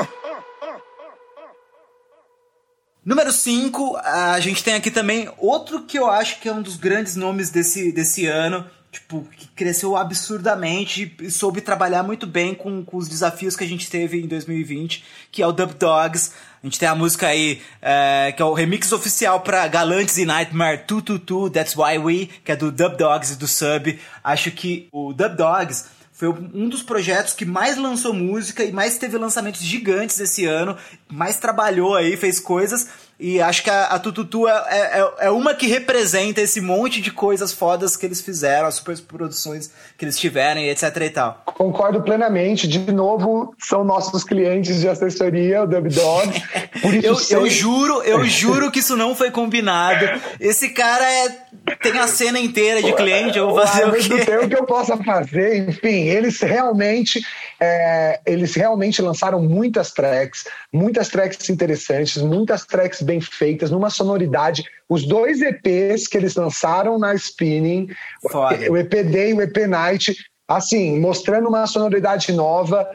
Número 5, a gente tem aqui também outro que eu acho que é um dos grandes nomes desse ano, tipo, que cresceu absurdamente e soube trabalhar muito bem com os desafios que a gente teve em 2020, que é o Dub Dogs. A gente tem a música aí, que é o remix oficial pra Galantes e Nightmare 222, That's Why We, que é do Dub Dogs e do Sub. Acho que o Dub Dogs foi um dos projetos que mais lançou música e mais teve lançamentos gigantes esse ano, mais trabalhou aí, fez coisas, e acho que a Tututu é uma que representa esse monte de coisas fodas que eles fizeram, as super produções que eles tiveram e etc e tal. Concordo plenamente. De novo, são nossos clientes de assessoria, o Dub Dog. Por isso eu juro que isso não foi combinado. Esse cara tem a cena inteira de cliente, eu vou fazer o quê? Tem o que eu possa fazer, enfim, eles realmente lançaram muitas tracks interessantes, muitas tracks bem feitas, numa sonoridade. Os 2 EPs que eles lançaram na Spinning, o EP Day e o EP Night, assim, mostrando uma sonoridade nova.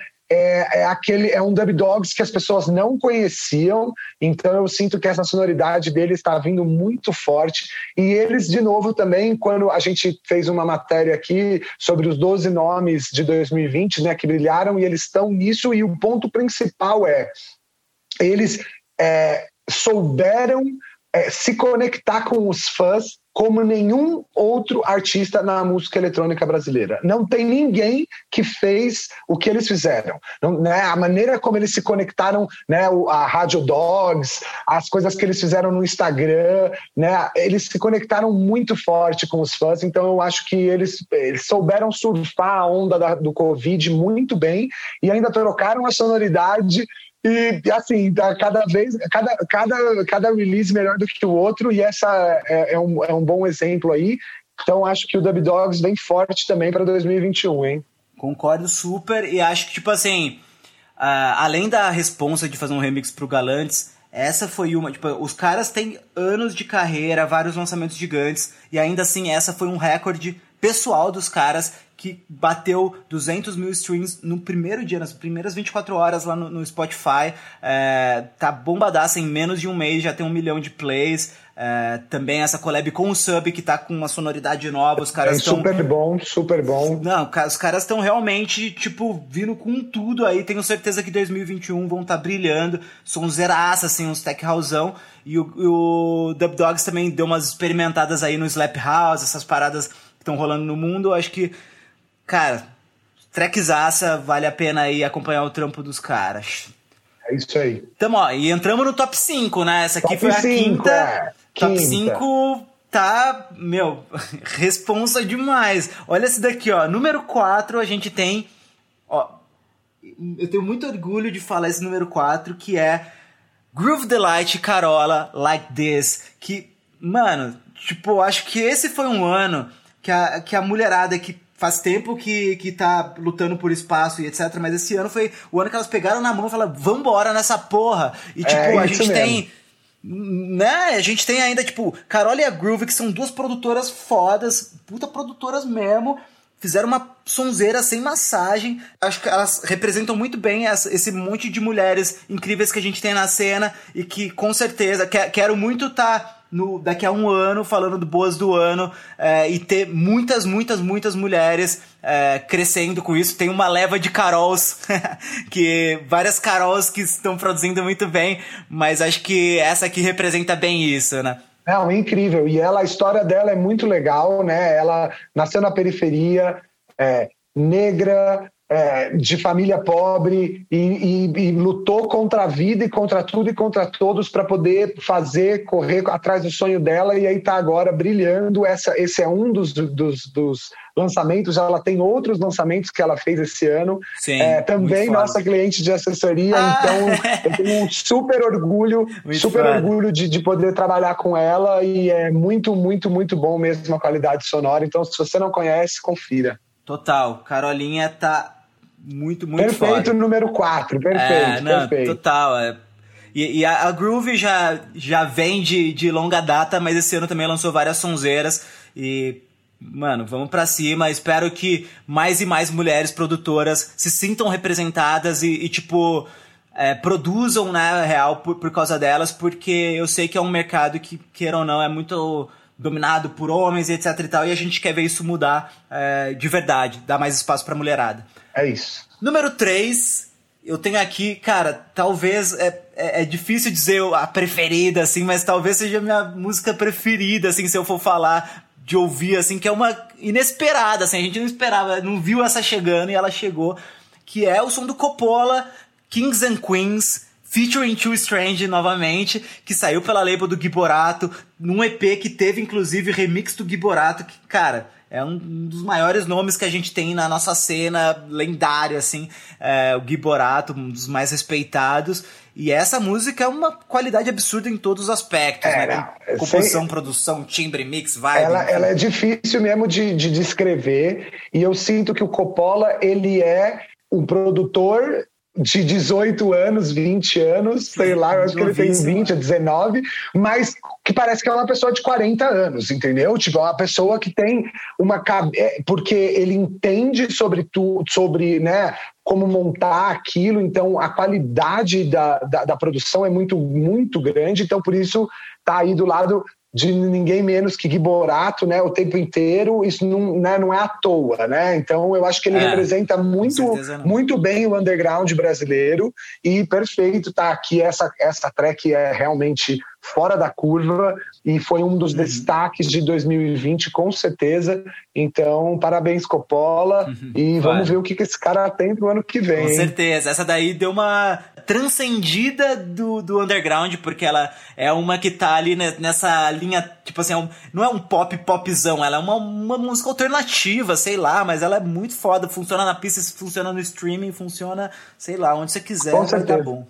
É um Dub Dogs que as pessoas não conheciam, então eu sinto que essa sonoridade deles está vindo muito forte. E eles, de novo, também, quando a gente fez uma matéria aqui sobre os 12 nomes de 2020, né, que brilharam, e eles estão nisso, e o ponto principal eles souberam se conectar com os fãs como nenhum outro artista na música eletrônica brasileira. Não tem ninguém que fez o que eles fizeram. Não, né? A maneira como eles se conectaram, né? A Rádio Dogs, as coisas que eles fizeram no Instagram, né? Eles se conectaram muito forte com os fãs, então eu acho que eles souberam surfar a onda do Covid muito bem e ainda trocaram a sonoridade. E assim, cada release melhor do que o outro, e essa é um bom exemplo aí. Então acho que o Dub Dogs vem forte também para 2021, hein? Concordo super, e acho que, tipo assim, além da responsa de fazer um remix pro Galantes, essa foi uma, tipo, os caras têm anos de carreira, vários lançamentos gigantes, e ainda assim essa foi um recorde pessoal dos caras, que bateu 200 mil streams no primeiro dia, nas primeiras 24 horas lá no Spotify. Tá bombadaça, em menos de um mês já tem 1 milhão de plays. Também essa collab com o Sub, que tá com uma sonoridade nova. Os caras estão... Super bom. Não, os caras estão realmente, tipo, vindo com tudo aí. Tenho certeza que 2021 vão estar brilhando. Sonzeraça, assim, uns tech houseão. E o Dub Dogs também deu umas experimentadas aí no Slap House, essas paradas que estão rolando no mundo. Acho que, cara, trackzaça, vale a pena aí acompanhar o trampo dos caras. É isso aí. Tamo, e entramos no top 5, né? Essa aqui top foi a 5, quinta. Top 5 tá, responsa demais. Olha esse daqui, ó. Número 4 a gente tem, ó, eu tenho muito orgulho de falar esse número 4, que é Groove Delight Carola Like This. Que, mano, tipo, acho que esse foi um ano que a mulherada que faz tempo que tá lutando por espaço e etc, mas esse ano foi o ano que elas pegaram na mão e falaram, vambora nessa porra. E tipo, a gente tem, né, a gente tem ainda, tipo, Carola e a Groove, que são duas produtoras fodas, puta produtoras mesmo, fizeram uma sonzeira sem massagem. Acho que elas representam muito bem esse monte de mulheres incríveis que a gente tem na cena e que, com certeza, quero muito tá daqui a um ano, falando do Boas do Ano, e ter muitas mulheres crescendo com isso. Tem uma leva de Carols, várias Carols que estão produzindo muito bem, mas acho que essa aqui representa bem isso, né? Não, incrível. E a história dela é muito legal, né? Ela nasceu na periferia, negra, de família pobre e lutou contra a vida e contra tudo e contra todos para poder correr atrás do sonho dela, e aí tá agora brilhando. Esse é um dos lançamentos. Ela tem outros lançamentos que ela fez esse ano. Sim, também nossa cliente de assessoria, então eu tenho um super orgulho de poder trabalhar com ela, e é muito bom mesmo a qualidade sonora. Então, se você não conhece, confira. Total, Carolinha tá muito perfeito, foda. Número 4, perfeito. Total, E a Groove já vem de longa data, mas esse ano também lançou várias sonzeiras e, mano, vamos pra cima. Espero que mais e mais mulheres produtoras se sintam representadas e produzam, né, real por causa delas, porque eu sei que é um mercado que, queira ou não, é muito dominado por homens, etc e tal, e a gente quer ver isso mudar de verdade, dar mais espaço pra mulherada. É isso. Número 3, eu tenho aqui, cara, talvez, é difícil dizer a preferida, assim, mas talvez seja a minha música preferida, assim, se eu for falar de ouvir, assim, que é uma inesperada, assim, a gente não esperava, não viu essa chegando e ela chegou, que é o som do Coppola, Kings and Queens, featuring Too Strange novamente, que saiu pela label do Gui Borato, num EP que teve, inclusive, remix do Gui Borato, que, cara, é um dos maiores nomes que a gente tem na nossa cena, lendário, assim, o Gui Borato, um dos mais respeitados, e essa música é uma qualidade absurda em todos os aspectos, né? Composição, produção, timbre, mix, vibe. Ela é difícil mesmo de descrever, e eu sinto que o Coppola, ele é um produtor de 18 anos, 20 anos, sei lá, eu acho que ele tem 20 a 19, mas que parece que é uma pessoa de 40 anos, entendeu? Tipo, é uma pessoa que tem porque ele entende sobre tudo, sobre, né, como montar aquilo, então a qualidade da produção é muito grande, então por isso tá aí do lado de ninguém menos que Gui Borato, né, o tempo inteiro. Isso não é à toa, né? Então eu acho que ele representa muito bem o underground brasileiro, e perfeito tá aqui. Essa track é realmente fora da curva e foi um dos destaques de 2020, com certeza. Então, parabéns, Coppola, e vamos ver o que esse cara tem pro ano que vem. Com certeza, essa daí deu uma transcendida do underground, porque ela é uma que tá ali nessa linha, tipo assim, não é um popzão, ela é uma música alternativa, sei lá, mas ela é muito foda, funciona na pista, funciona no streaming, funciona, sei lá, onde você quiser, vai dar bom.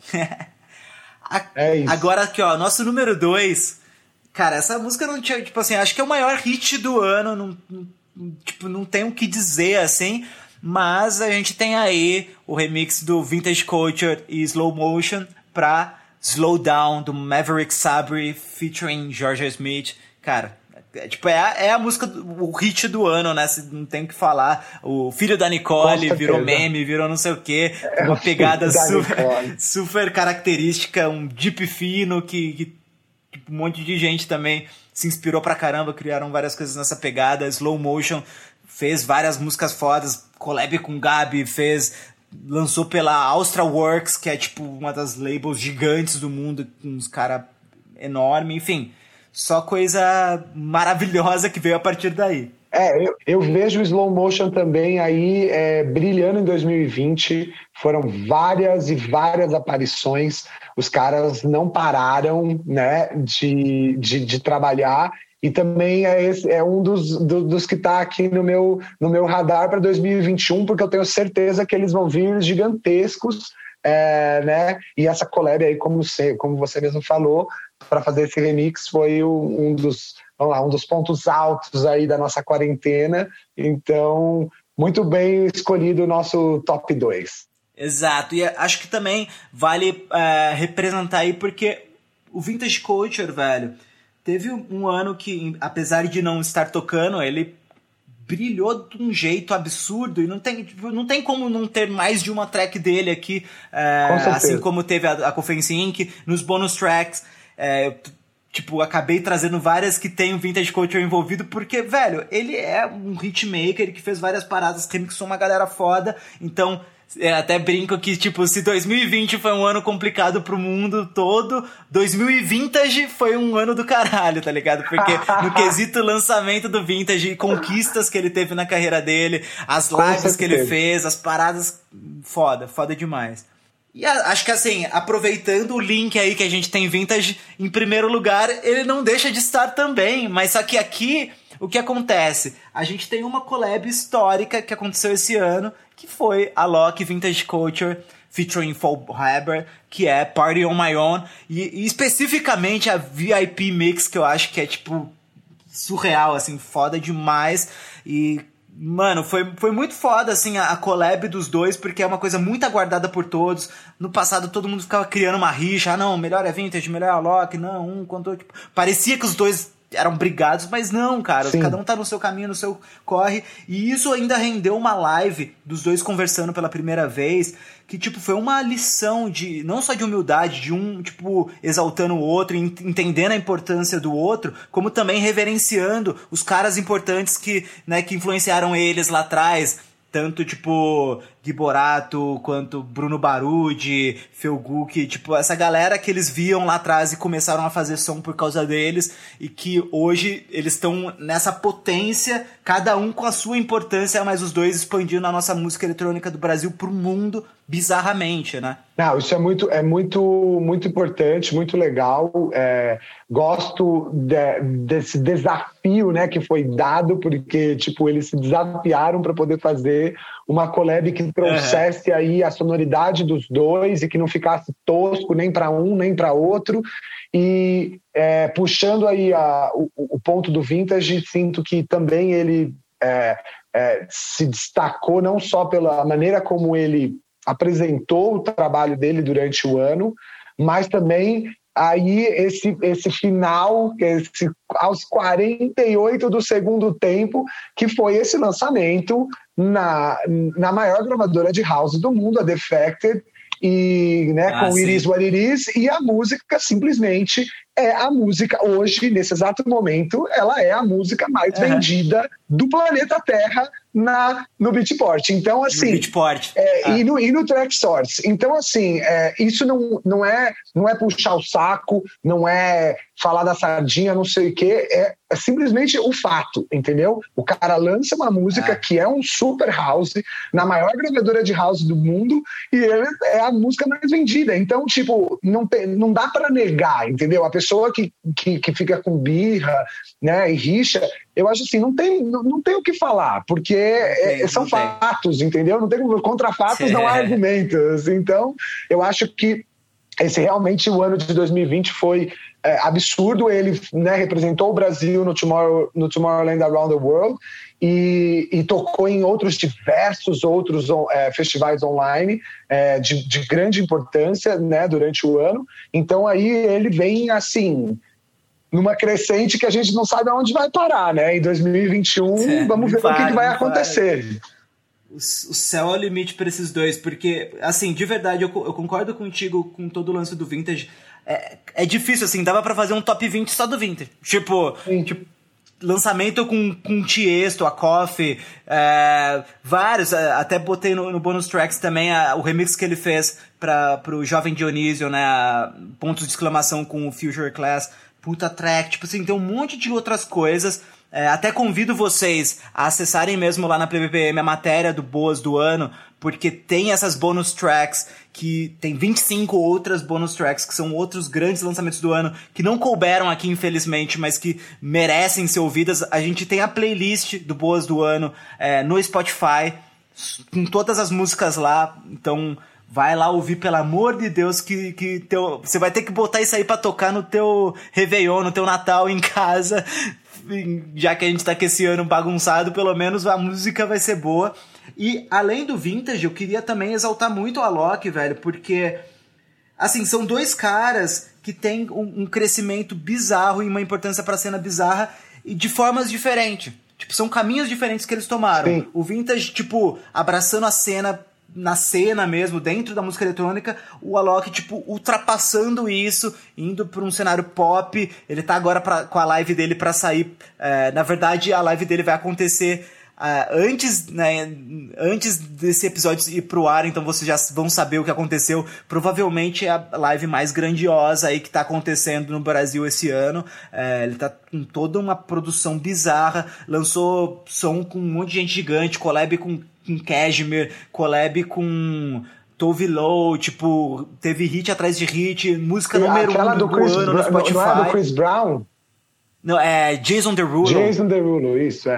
É isso. Agora aqui, ó, nosso número 2, cara, essa música não tinha, tipo assim, acho que é o maior hit do ano, não tem o que dizer, assim, mas a gente tem aí o remix do Vintage Culture e Slow Motion pra Slow Down, do Maverick Sabre, featuring Georgia Smith. Cara, é a música, o hit do ano, né? Não tem o que falar. O filho da Nicole virou meme, virou não sei o quê. Uma pegada super característica, um deep fino que um monte de gente também se inspirou pra caramba, criaram várias coisas nessa pegada. Slow Motion fez várias músicas fodas, collab com Gabi, lançou pela Austral Works, que é tipo uma das labels gigantes do mundo, com uns caras enormes, enfim, só coisa maravilhosa que veio a partir daí. Eu vejo o Slow Motion também aí brilhando em 2020, foram várias e várias aparições, os caras não pararam, né, de trabalhar. E também é um dos que está aqui no meu radar para 2021, porque eu tenho certeza que eles vão vir gigantescos, né? E essa collab aí, como você mesmo falou, para fazer esse remix foi um dos pontos altos aí da nossa quarentena. Então, muito bem escolhido o nosso top 2. Exato, e acho que também vale representar aí, porque o Vintage Culture, velho, teve um ano que, apesar de não estar tocando, ele brilhou de um jeito absurdo, e não tem como não ter mais de uma track dele aqui, assim como teve a Conference Inc. nos bonus tracks. tipo, acabei trazendo várias que tem o Vintage Culture envolvido, porque, velho, ele é um hitmaker que fez várias paradas, remixou uma galera foda, então... até brinco que, tipo, se 2020 foi um ano complicado pro mundo todo, 2020 foi um ano do caralho, tá ligado? Porque no quesito lançamento do Vintage e conquistas que ele teve na carreira dele, as lives que ele fez, as paradas, foda demais. E acho que assim, aproveitando o link aí que a gente tem Vintage, em primeiro lugar, ele não deixa de estar também, mas só que aqui, o que acontece? A gente tem uma collab histórica que aconteceu esse ano, que foi a Loki Vintage Culture featuring Fall Haber, que é Party on My Own, e especificamente a VIP Mix, que eu acho que é, tipo, surreal, assim, foda demais, e... mano, foi muito foda, assim, a collab dos dois, porque é uma coisa muito aguardada por todos. No passado, todo mundo ficava criando uma rixa. Ah, não, melhor é Vintage, melhor é a Loki. Não, contou, tipo... parecia que os dois eram brigados, mas não, cara. Sim. Cada um tá no seu caminho, no seu corre. E isso ainda rendeu uma live dos dois conversando pela primeira vez, que, tipo, foi uma lição de... não só de humildade, de um, tipo, exaltando o outro, entendendo a importância do outro, como também reverenciando os caras importantes que, né, que influenciaram eles lá atrás. Tanto, tipo, Gui Borato, quanto Bruno Barudi, Felguk, tipo, essa galera que eles viam lá atrás e começaram a fazer som por causa deles, e que hoje eles estão nessa potência, cada um com a sua importância, mas os dois expandindo a nossa música eletrônica do Brasil pro mundo bizarramente, né? Não, isso é muito importante, muito legal. Gosto desse desafio, né, que foi dado, porque, tipo, eles se desafiaram para poder fazer uma collab que trouxesse aí a sonoridade dos dois e que não ficasse tosco nem para um nem para outro. E puxando aí o ponto do Vintage, sinto que também ele se destacou não só pela maneira como ele apresentou o trabalho dele durante o ano, mas também aí esse final, aos 48 do segundo tempo, que foi esse lançamento na maior gravadora de house do mundo, a Defected, e, né, com It Is What It Is, e a música simplesmente é a música, hoje, nesse exato momento, ela é a música mais vendida do planeta Terra no Beatport. Então, assim... no Beatport. E no Traxsource. Então, assim, isso não é puxar o saco, não é falar da sardinha, não sei o quê, é simplesmente o fato, entendeu? O cara lança uma música que é um super house, na maior gravadora de house do mundo, e ele é a música mais vendida. Então, tipo, não dá pra negar, entendeu? A pessoa que fica com birra, né, e rixa, eu acho assim, não tem o que falar, porque são fatos, entendeu? Não tem contra fatos, não há argumentos. Então, eu acho que esse realmente, o ano de 2020 foi absurdo. Ele, né, representou o Brasil no Tomorrowland Around the World e tocou em diversos outros festivais online de grande importância, né, durante o ano. Então aí ele vem assim numa crescente que a gente não sabe aonde vai parar, né? Em 2021 vamos ver o que vai acontecer. O céu é o limite para esses dois, porque, assim, de verdade, eu concordo contigo com todo o lance do Vintage. É difícil, assim, dava pra fazer um top 20 só do Vintage. Tipo lançamento com Tiesto, a Coffee, vários, até botei no bonus tracks também o remix que ele fez pro Jovem Dionísio, né, pontos de exclamação com o Future Class, puta track, tipo assim, tem um monte de outras coisas. Até convido vocês a acessarem mesmo lá na PBPM a matéria do Boas do Ano, porque tem essas bonus tracks, que tem 25 outras bonus tracks, que são outros grandes lançamentos do ano, que não couberam aqui, infelizmente, mas que merecem ser ouvidas. A gente tem a playlist do Boas do Ano no Spotify, com todas as músicas lá, então... vai lá ouvir, pelo amor de Deus, que você vai ter que botar isso aí pra tocar no teu Réveillon, no teu Natal em casa. Já que a gente tá com esse ano bagunçado, pelo menos a música vai ser boa. E além do Vintage, eu queria também exaltar muito a Loki, velho, porque, assim, são dois caras que têm um crescimento bizarro e uma importância pra cena bizarra e de formas diferentes. Tipo, são caminhos diferentes que eles tomaram. Sim. O Vintage, tipo, abraçando a cena na cena mesmo, dentro da música eletrônica, o Alok, tipo, ultrapassando isso, indo para um cenário pop. Ele tá agora com a live dele para sair. Na verdade, a live dele vai acontecer antes desse episódio ir pro ar, então vocês já vão saber o que aconteceu. Provavelmente é a live mais grandiosa aí que tá acontecendo no Brasil esse ano. Ele tá com toda uma produção bizarra, lançou som com um monte de gente gigante, collab com Cashmere, collab com Tove Lo, tipo, teve hit atrás de hit, música número 1 do ano no Spotify. Não é do Chris Brown? Não, é Jason Derulo. Jason Derulo, isso,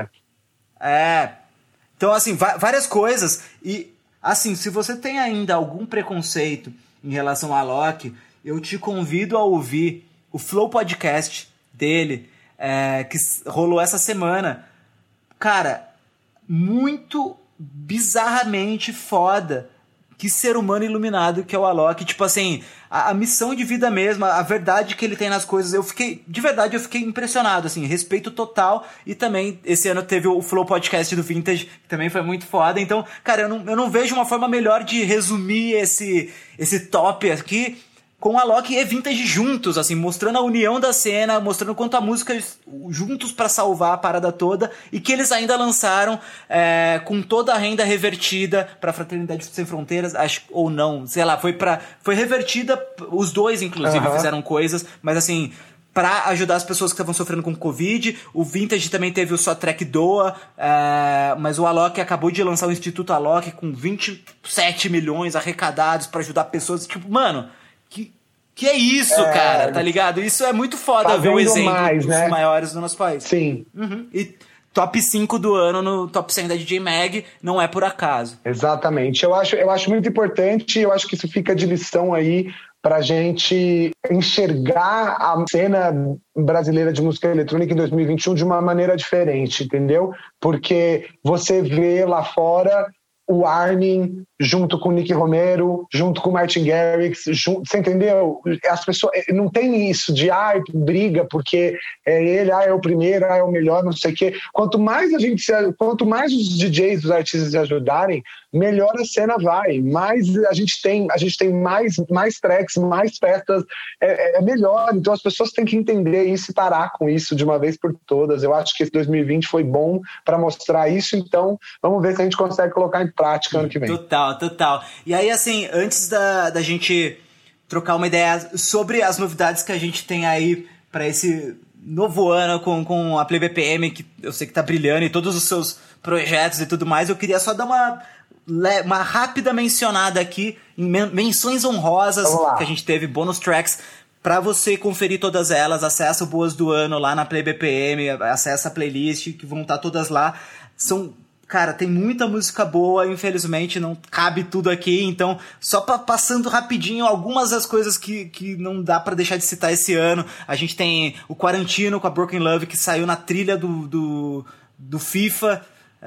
Então, assim, várias coisas. E, assim, se você tem ainda algum preconceito em relação a Alok, eu te convido a ouvir o Flow Podcast dele, que rolou essa semana. Cara, muito bizarramente foda. Que ser humano iluminado que é o Alok. Tipo assim, a missão de vida mesmo, a verdade que ele tem nas coisas. De verdade, eu fiquei impressionado, assim, respeito total. E também, esse ano teve o Flow Podcast do Vintage, que também foi muito foda. Então, cara, eu não vejo uma forma melhor de resumir esse top aqui com a Alok e Vintage juntos, assim, mostrando a união da cena, mostrando quanto a música juntos pra salvar a parada toda, e que eles ainda lançaram com toda a renda revertida pra Fraternidade Sem Fronteiras, acho, ou não, sei lá, foi revertida, os dois inclusive fizeram coisas, mas assim, pra ajudar as pessoas que estavam sofrendo com Covid. O Vintage também teve o Só Track Doa, mas o Alok acabou de lançar o Instituto Alok com 27 milhões arrecadados pra ajudar pessoas, tipo, mano, que é isso, cara, tá ligado? Isso é muito foda ver o exemplo dos maiores do nosso país. Sim. E top 5 do ano no top 100 da DJ Mag, não é por acaso. Exatamente. Eu acho muito importante, eu acho que isso fica de lição aí pra gente enxergar a cena brasileira de música eletrônica em 2021 de uma maneira diferente, entendeu? Porque você vê lá fora o Armin junto com o Nick Romero, junto com o Martin Garrix, você entendeu? As pessoas não tem isso de briga porque ele é o primeiro, é o melhor, não sei o quê. Quanto mais os DJs, os artistas se ajudarem, melhor a cena vai. Mais a gente tem mais tracks, mais festas, é melhor. Então as pessoas têm que entender isso e parar com isso de uma vez por todas. Eu acho que esse 2020 foi bom para mostrar isso, então vamos ver se a gente consegue colocar em prática ano que vem. Total. E aí, assim, antes da gente trocar uma ideia sobre as novidades que a gente tem aí para esse novo ano com a Play BPM, que eu sei que tá brilhando, e todos os seus projetos e tudo mais, eu queria só dar uma rápida mencionada aqui em menções honrosas que a gente teve, bônus tracks. Pra você conferir todas elas, acessa o Boas do Ano lá na Play BPM, acessa a playlist, que vão estar todas lá. Cara, tem muita música boa, infelizmente não cabe tudo aqui, então só passando rapidinho algumas das coisas que não dá pra deixar de citar esse ano. A gente tem o Quarantino com a Broken Love, que saiu na trilha do FIFA,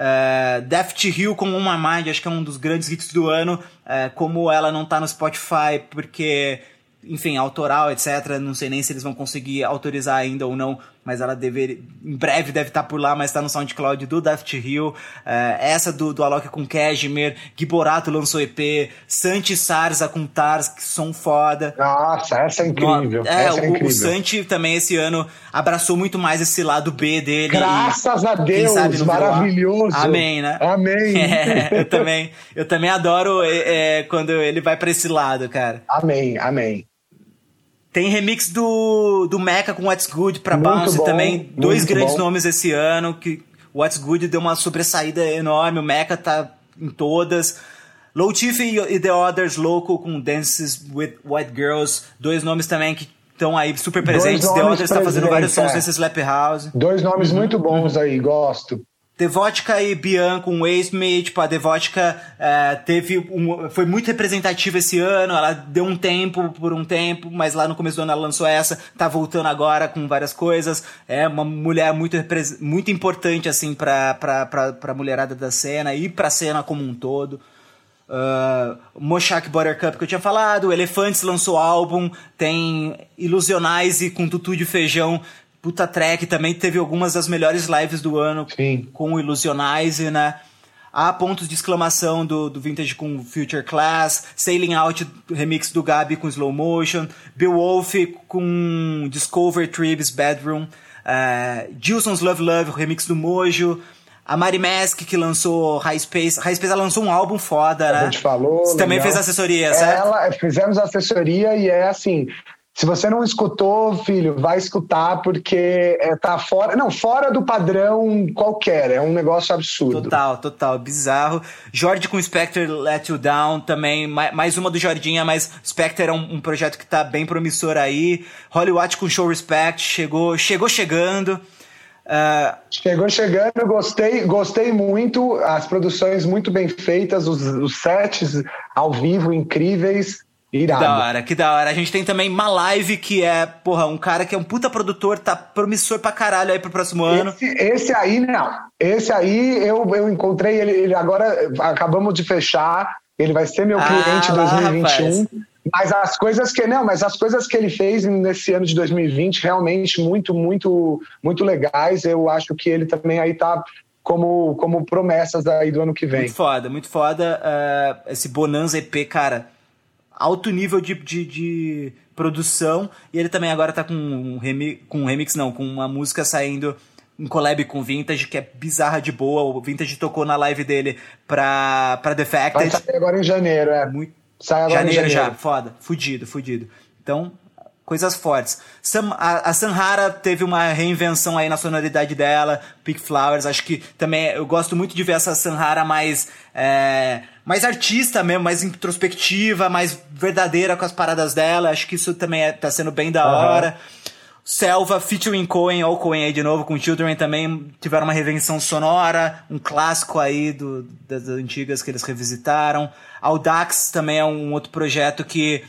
Daft Hill com On My Mind, acho que é um dos grandes hits do ano, como ela não tá no Spotify, porque, enfim, autoral, etc, não sei nem se eles vão conseguir autorizar ainda ou não, mas ela em breve deve estar por lá, mas está no SoundCloud do Daft Hill. Essa do Alok com Cashmere, Gui Borato lançou EP, Santi Sarza com Tars, que som foda. Nossa, essa é incrível. O Santi também esse ano abraçou muito mais esse lado B dele. Graças a Deus, maravilhoso. Amém, né? Amém. Eu também adoro quando ele vai pra esse lado, cara. Amém. Tem remix do Mecha com What's Good pra Bounce também. Dois grandes nomes esse ano. Que What's Good deu uma sobressaída enorme. O Mecha tá em todas. Low Tiff e The Others, Loco com Dances with White Girls. Dois nomes também que estão aí super presentes. The Others tá fazendo vários sons nesse Slap House. Dois nomes muito bons aí, gosto. Devotica e Bian com Waste Me, tipo, a Devotica foi muito representativa esse ano, ela deu por um tempo, mas lá no começo do ano ela lançou essa, tá voltando agora com várias coisas, é uma mulher muito importante, assim, pra mulherada da cena e pra cena como um todo. Moshak Buttercup que eu tinha falado, Elefantes lançou álbum, tem Illusionize com Tutu de Feijão, puta track, também teve algumas das melhores lives do ano. Sim. Com o Illusionize, né? há pontos de exclamação do Vintage com Future Class, Sailing Out, remix do Gabi com Slow Motion, Beowulf com Discover Tribes Bedroom, Gilson's Love Love, remix do Mojo, a Mari Mask, que lançou High Space. High Space, ela lançou um álbum foda, né? A gente falou. Você também fez assessoria, certo? Fizemos assessoria e é assim... Se você não escutou, filho, vai escutar porque tá fora do padrão qualquer. É um negócio absurdo. Total, bizarro. Jorge com Spectre Let You Down também, mais uma do Jordinha, mas Spectre é um projeto que tá bem promissor aí. Hollywood com Show Respect, chegou chegando. Chegou chegando, gostei muito. As produções muito bem feitas, os sets ao vivo incríveis. Irado. Que da hora. A gente tem também Malive, que é, um cara que é um puta produtor, tá promissor pra caralho aí pro próximo ano. Esse aí eu encontrei ele agora, acabamos de fechar, ele vai ser meu cliente em 2021. Rapaz. Mas as coisas que ele fez nesse ano de 2020, realmente muito, muito, muito legais. Eu acho que ele também aí tá como promessas aí do ano que vem. Muito foda. Esse Bonanza EP, cara... alto nível de produção, e ele também agora tá com uma música saindo em collab com Vintage, que é bizarra de boa. O Vintage tocou na live dele pra Defected. Vai sair agora em janeiro, Sai agora janeiro já, foda, fudido. Então, coisas fortes. A Sanhara teve uma reinvenção aí na sonoridade dela, Pink Flowers, acho que também eu gosto muito de ver essa Sanhara mais artista mesmo, mais introspectiva, mais verdadeira com as paradas dela, acho que isso também tá sendo bem da hora. Selva, featuring Cohen, ou Cohen aí de novo, com Children também tiveram uma reinvenção sonora, um clássico aí das antigas que eles revisitaram. Audax também é um outro projeto que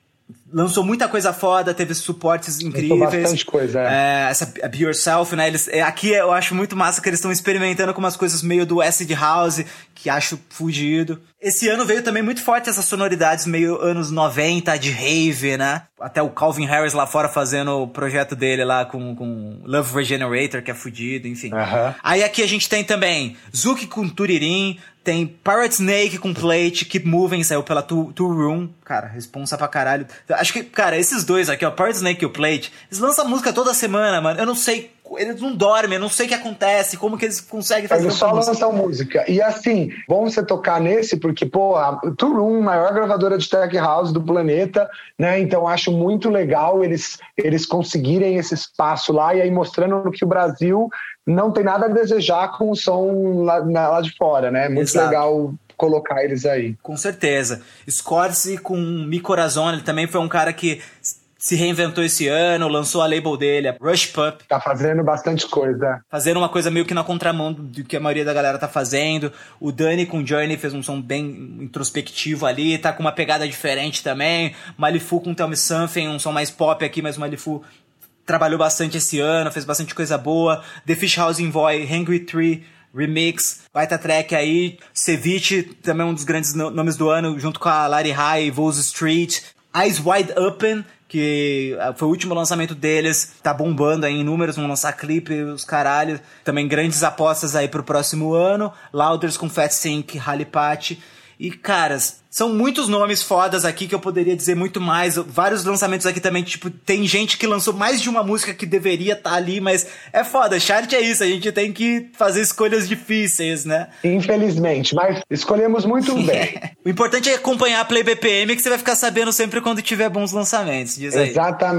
lançou muita coisa foda, teve suportes incríveis. Bastante coisa, essa Be Yourself, né? Aqui eu acho muito massa que eles estão experimentando com umas coisas meio do acid house, que acho fugido. Esse ano veio também muito forte essas sonoridades meio anos 90 de rave, né? Até o Calvin Harris lá fora fazendo o projeto dele lá com Love Regenerator, que é fudido, enfim. Aí aqui a gente tem também Zuki com Turirim, tem Pirate Snake com Plate, Keep Moving, saiu pela Two Room. Cara, responsa pra caralho. Acho que, cara, esses dois aqui, ó, Pirate Snake e o Plate, eles lançam música toda semana, mano. Eu não sei, eles não dormem, eu não sei o que acontece, como que eles conseguem fazer isso. Eles só lançam música. E assim, bom você tocar nesse, porque, a Two Room, maior gravadora de tech house do planeta, né? Então acho muito legal eles conseguirem esse espaço lá e aí mostrando que o Brasil não tem nada a desejar com o som lá de fora, né? Muito Exato. Legal colocar eles aí. Com certeza. Scorsese com Mi Corazon, ele também foi um cara que se reinventou esse ano, lançou a label dele, a Rush Pup. Tá fazendo bastante coisa. Fazendo uma coisa meio que na contramão do que a maioria da galera tá fazendo. O Dani com Journey fez um som bem introspectivo ali, tá com uma pegada diferente também. Malifu com Tell Me Something, um som mais pop aqui, mas o Malifu trabalhou bastante esse ano, fez bastante coisa boa. The Fish House Envoy, Hangry Tree, Remix, baita track aí. Ceviche, também um dos grandes nomes do ano, junto com a Larry High e Vose Street. Eyes Wide Open, que foi o último lançamento deles, tá bombando aí em números, vão lançar clipe, os caralhos. Também grandes apostas aí pro próximo ano. Louders com Fat Sink, Halipati. E, caras, são muitos nomes fodas aqui que eu poderia dizer muito mais. Vários lançamentos aqui também, tipo, tem gente que lançou mais de uma música que deveria estar ali, mas é foda, chart é isso, a gente tem que fazer escolhas difíceis, né? Infelizmente, mas escolhemos muito bem. O importante é acompanhar a Play BPM, que você vai ficar sabendo sempre quando tiver bons lançamentos, diz aí.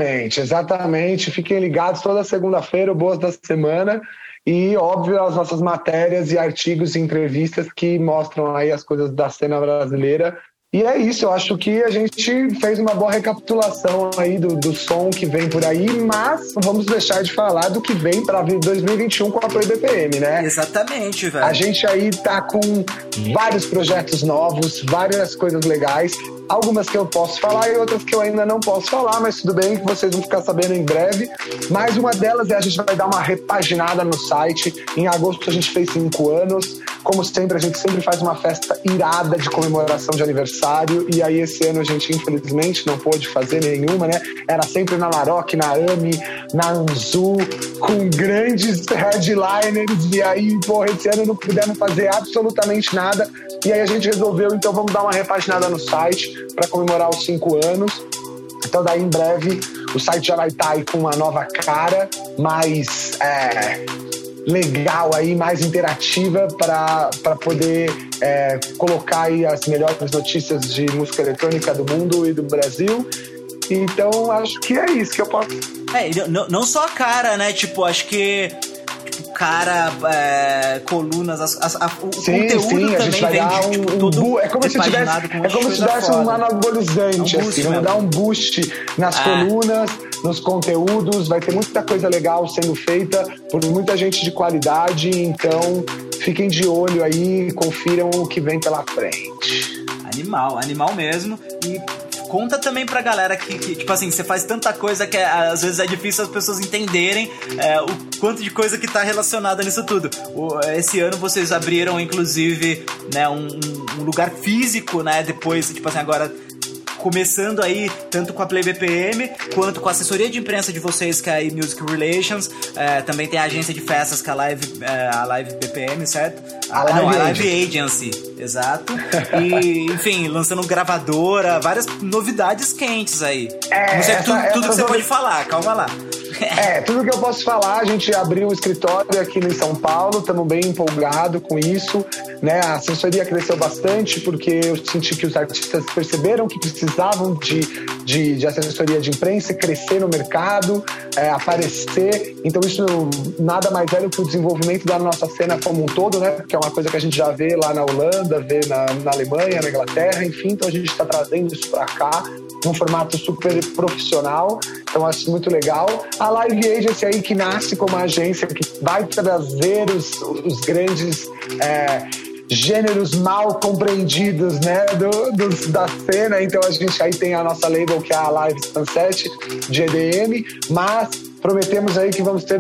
Exatamente. Fiquem ligados toda segunda-feira, o Boas da Semana. E, óbvio, as nossas matérias e artigos e entrevistas que mostram aí as coisas da cena brasileira. E é isso, eu acho que a gente fez uma boa recapitulação aí do som que vem por aí, mas não vamos deixar de falar do que vem para 2021 com a Play BPM, né? Exatamente, velho. A gente aí tá com vários projetos novos, várias coisas legais. algumas que eu posso falar e outras que eu ainda não posso falar, mas tudo bem, que vocês vão ficar sabendo em breve. Mais uma delas é a gente vai dar uma repaginada no site. Em agosto a gente fez 5 anos. Como sempre, a gente sempre faz uma festa irada de comemoração de aniversário, e aí esse ano a gente infelizmente não pôde fazer nenhuma, né? Era sempre na Laroque, na AMI, na Anzu, com grandes headliners, e aí, porra, esse ano não pudemos fazer absolutamente nada, e aí a gente resolveu, então vamos dar uma repaginada no site para comemorar os 5 anos. Então daí em breve o site já vai estar aí com uma nova cara, mais legal aí, mais interativa para poder colocar aí as melhores notícias de música eletrônica do mundo e do Brasil. Então acho que é isso que eu posso. Não só a cara, né? Tipo, acho que cara, colunas, o conteúdo sim, também vem todo é como se tivesse um anabolizante, assim, vamos dar um boost nas colunas, nos conteúdos, vai ter muita coisa legal sendo feita por muita gente de qualidade, então fiquem de olho aí, confiram o que vem pela frente. Animal mesmo. E conta também pra galera que tipo assim, você faz tanta coisa que às vezes é difícil as pessoas entenderem o quanto de coisa que tá relacionada nisso tudo. Esse ano vocês abriram, inclusive, né, um lugar físico, né, depois, tipo assim, agora começando aí tanto com a Play BPM quanto com a assessoria de imprensa de vocês, que é a Music Relations, também tem a agência de festas, que é a Live BPM, certo? A Live Agency, exato. E, enfim, lançando gravadora, várias novidades quentes aí. Não sei tudo que você pode falar, calma lá. Tudo que eu posso falar, a gente abriu um escritório aqui em São Paulo, estamos bem empolgados com isso, né? A assessoria cresceu bastante porque eu senti que os artistas perceberam que precisavam de assessoria de imprensa, crescer no mercado, aparecer. Então isso nada mais é do que o desenvolvimento da nossa cena como um todo, né? Porque é uma coisa que a gente já vê lá na Holanda, vê na Alemanha, na Inglaterra, enfim, então a gente está trazendo isso para cá num formato super profissional, então acho muito legal. A Live Agency aí, que nasce como uma agência que vai trazer os grandes gêneros mal compreendidos, né, da cena. Então a gente aí tem a nossa label, que é a Live Sunset de EDM, mas prometemos aí que vamos ter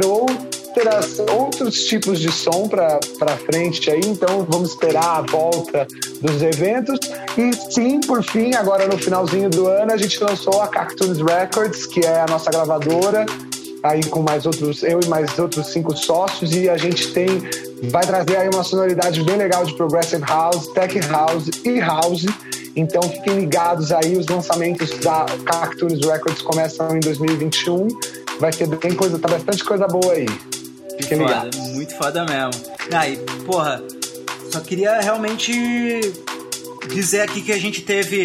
outros tipos de som para frente aí, então vamos esperar a volta dos eventos. E sim, por fim, agora no finalzinho do ano, a gente lançou a Cactus Records, que é a nossa gravadora, aí com eu e mais outros 5 sócios, e a gente vai trazer aí uma sonoridade bem legal de Progressive House, Tech House e House. Então fiquem ligados aí, os lançamentos da Cactus Records começam em 2021, vai ter tá bastante coisa boa aí. Fiquem ligados. Muito foda mesmo. Aí, porra, só queria realmente dizer aqui que a gente teve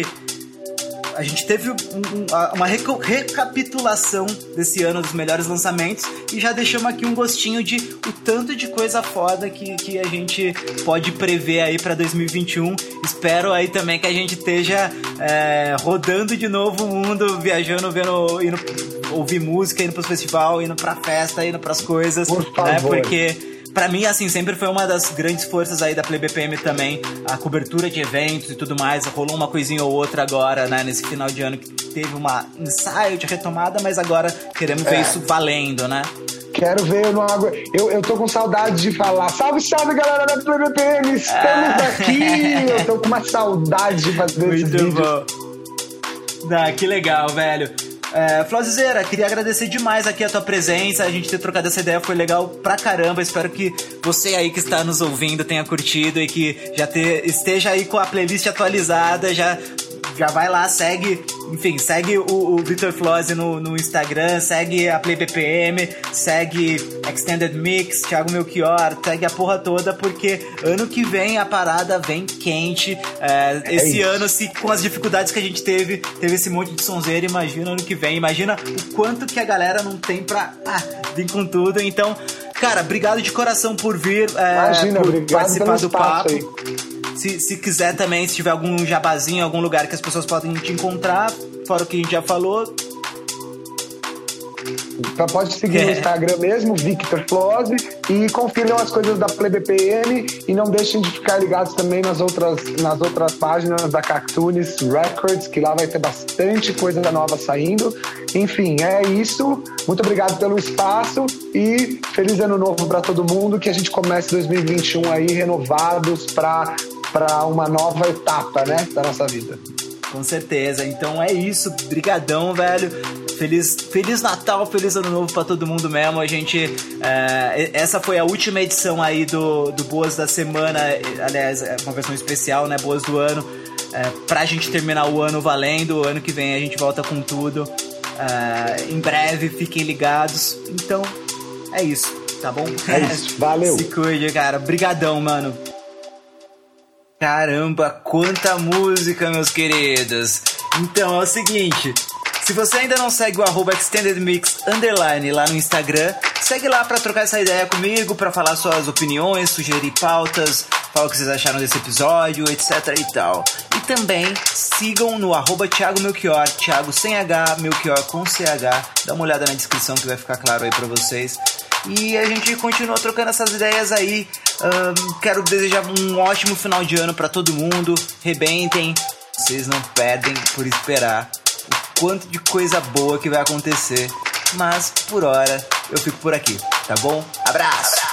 uma recapitulação desse ano dos melhores lançamentos e já deixamos aqui um gostinho de o tanto de coisa foda que a gente pode prever aí pra 2021. Espero aí também que a gente esteja rodando de novo o mundo, viajando, indo ouvir música, indo pros festivais, indo pra festa, indo pras coisas, por favor, né? Porque pra mim, assim, sempre foi uma das grandes forças aí da Play BPM também, a cobertura de eventos e tudo mais. Rolou uma coisinha ou outra agora, né, nesse final de ano, que teve um ensaio de retomada, mas agora queremos ver isso valendo, né? Quero ver, eu tô com saudade de falar. Salve, galera da Play BPM, estamos aqui! Eu tô com uma saudade de fazer esse vídeo. Muito bom. Que legal, velho. Flozizeira, queria agradecer demais aqui a tua presença, a gente ter trocado essa ideia foi legal pra caramba. Espero que você aí que está nos ouvindo tenha curtido e que esteja aí com a playlist atualizada, já vai lá, segue o Victor Flozzi no Instagram, segue a Play BPM, segue Extended Mix, Thiago Melchior, segue a porra toda, porque ano que vem a parada vem quente. Esse ano, com as dificuldades que a gente teve esse monte de sonzeira, imagina ano que vem, imagina o quanto que a galera não tem pra vir com tudo. Então, cara, obrigado de coração por vir, por participar do papo aí. Se quiser também, se tiver algum jabazinho, algum lugar que as pessoas podem te encontrar, fora o que a gente já falou. Pode seguir no Instagram mesmo, Victor Flozzi. E confiram as coisas da Play BPM e não deixem de ficar ligados também nas outras páginas da Cartoonist Records, que lá vai ter bastante coisa nova saindo. Enfim, é isso. Muito obrigado pelo espaço e feliz ano novo para todo mundo, que a gente comece 2021 aí renovados para uma nova etapa, né, da nossa vida. Com certeza. Então é isso. Brigadão, velho. Feliz Natal, feliz Ano Novo pra todo mundo mesmo. A gente... essa foi a última edição aí do Boas da Semana. Aliás, uma versão especial, né? Boas do Ano. Pra gente terminar o ano valendo. O ano que vem a gente volta com tudo. Em breve, fiquem ligados. Então, é isso, tá bom? É isso, valeu. Se cuide, cara. Brigadão, mano. Caramba, quanta música, meus queridos. Então é o seguinte, se você ainda não segue o @extendedmix_ lá no Instagram, segue lá pra trocar essa ideia comigo, pra falar suas opiniões, sugerir pautas, falar o que vocês acharam desse episódio, etc e tal. E também sigam no @Thiago Melchior, Thiago sem H, Melchior com CH. Dá uma olhada na descrição que vai ficar claro aí pra vocês. E a gente continua trocando essas ideias aí. Quero desejar um ótimo final de ano pra todo mundo. Rebentem. Vocês não perdem por esperar o quanto de coisa boa que vai acontecer. Mas, por hora, eu fico por aqui, tá bom? Abraço!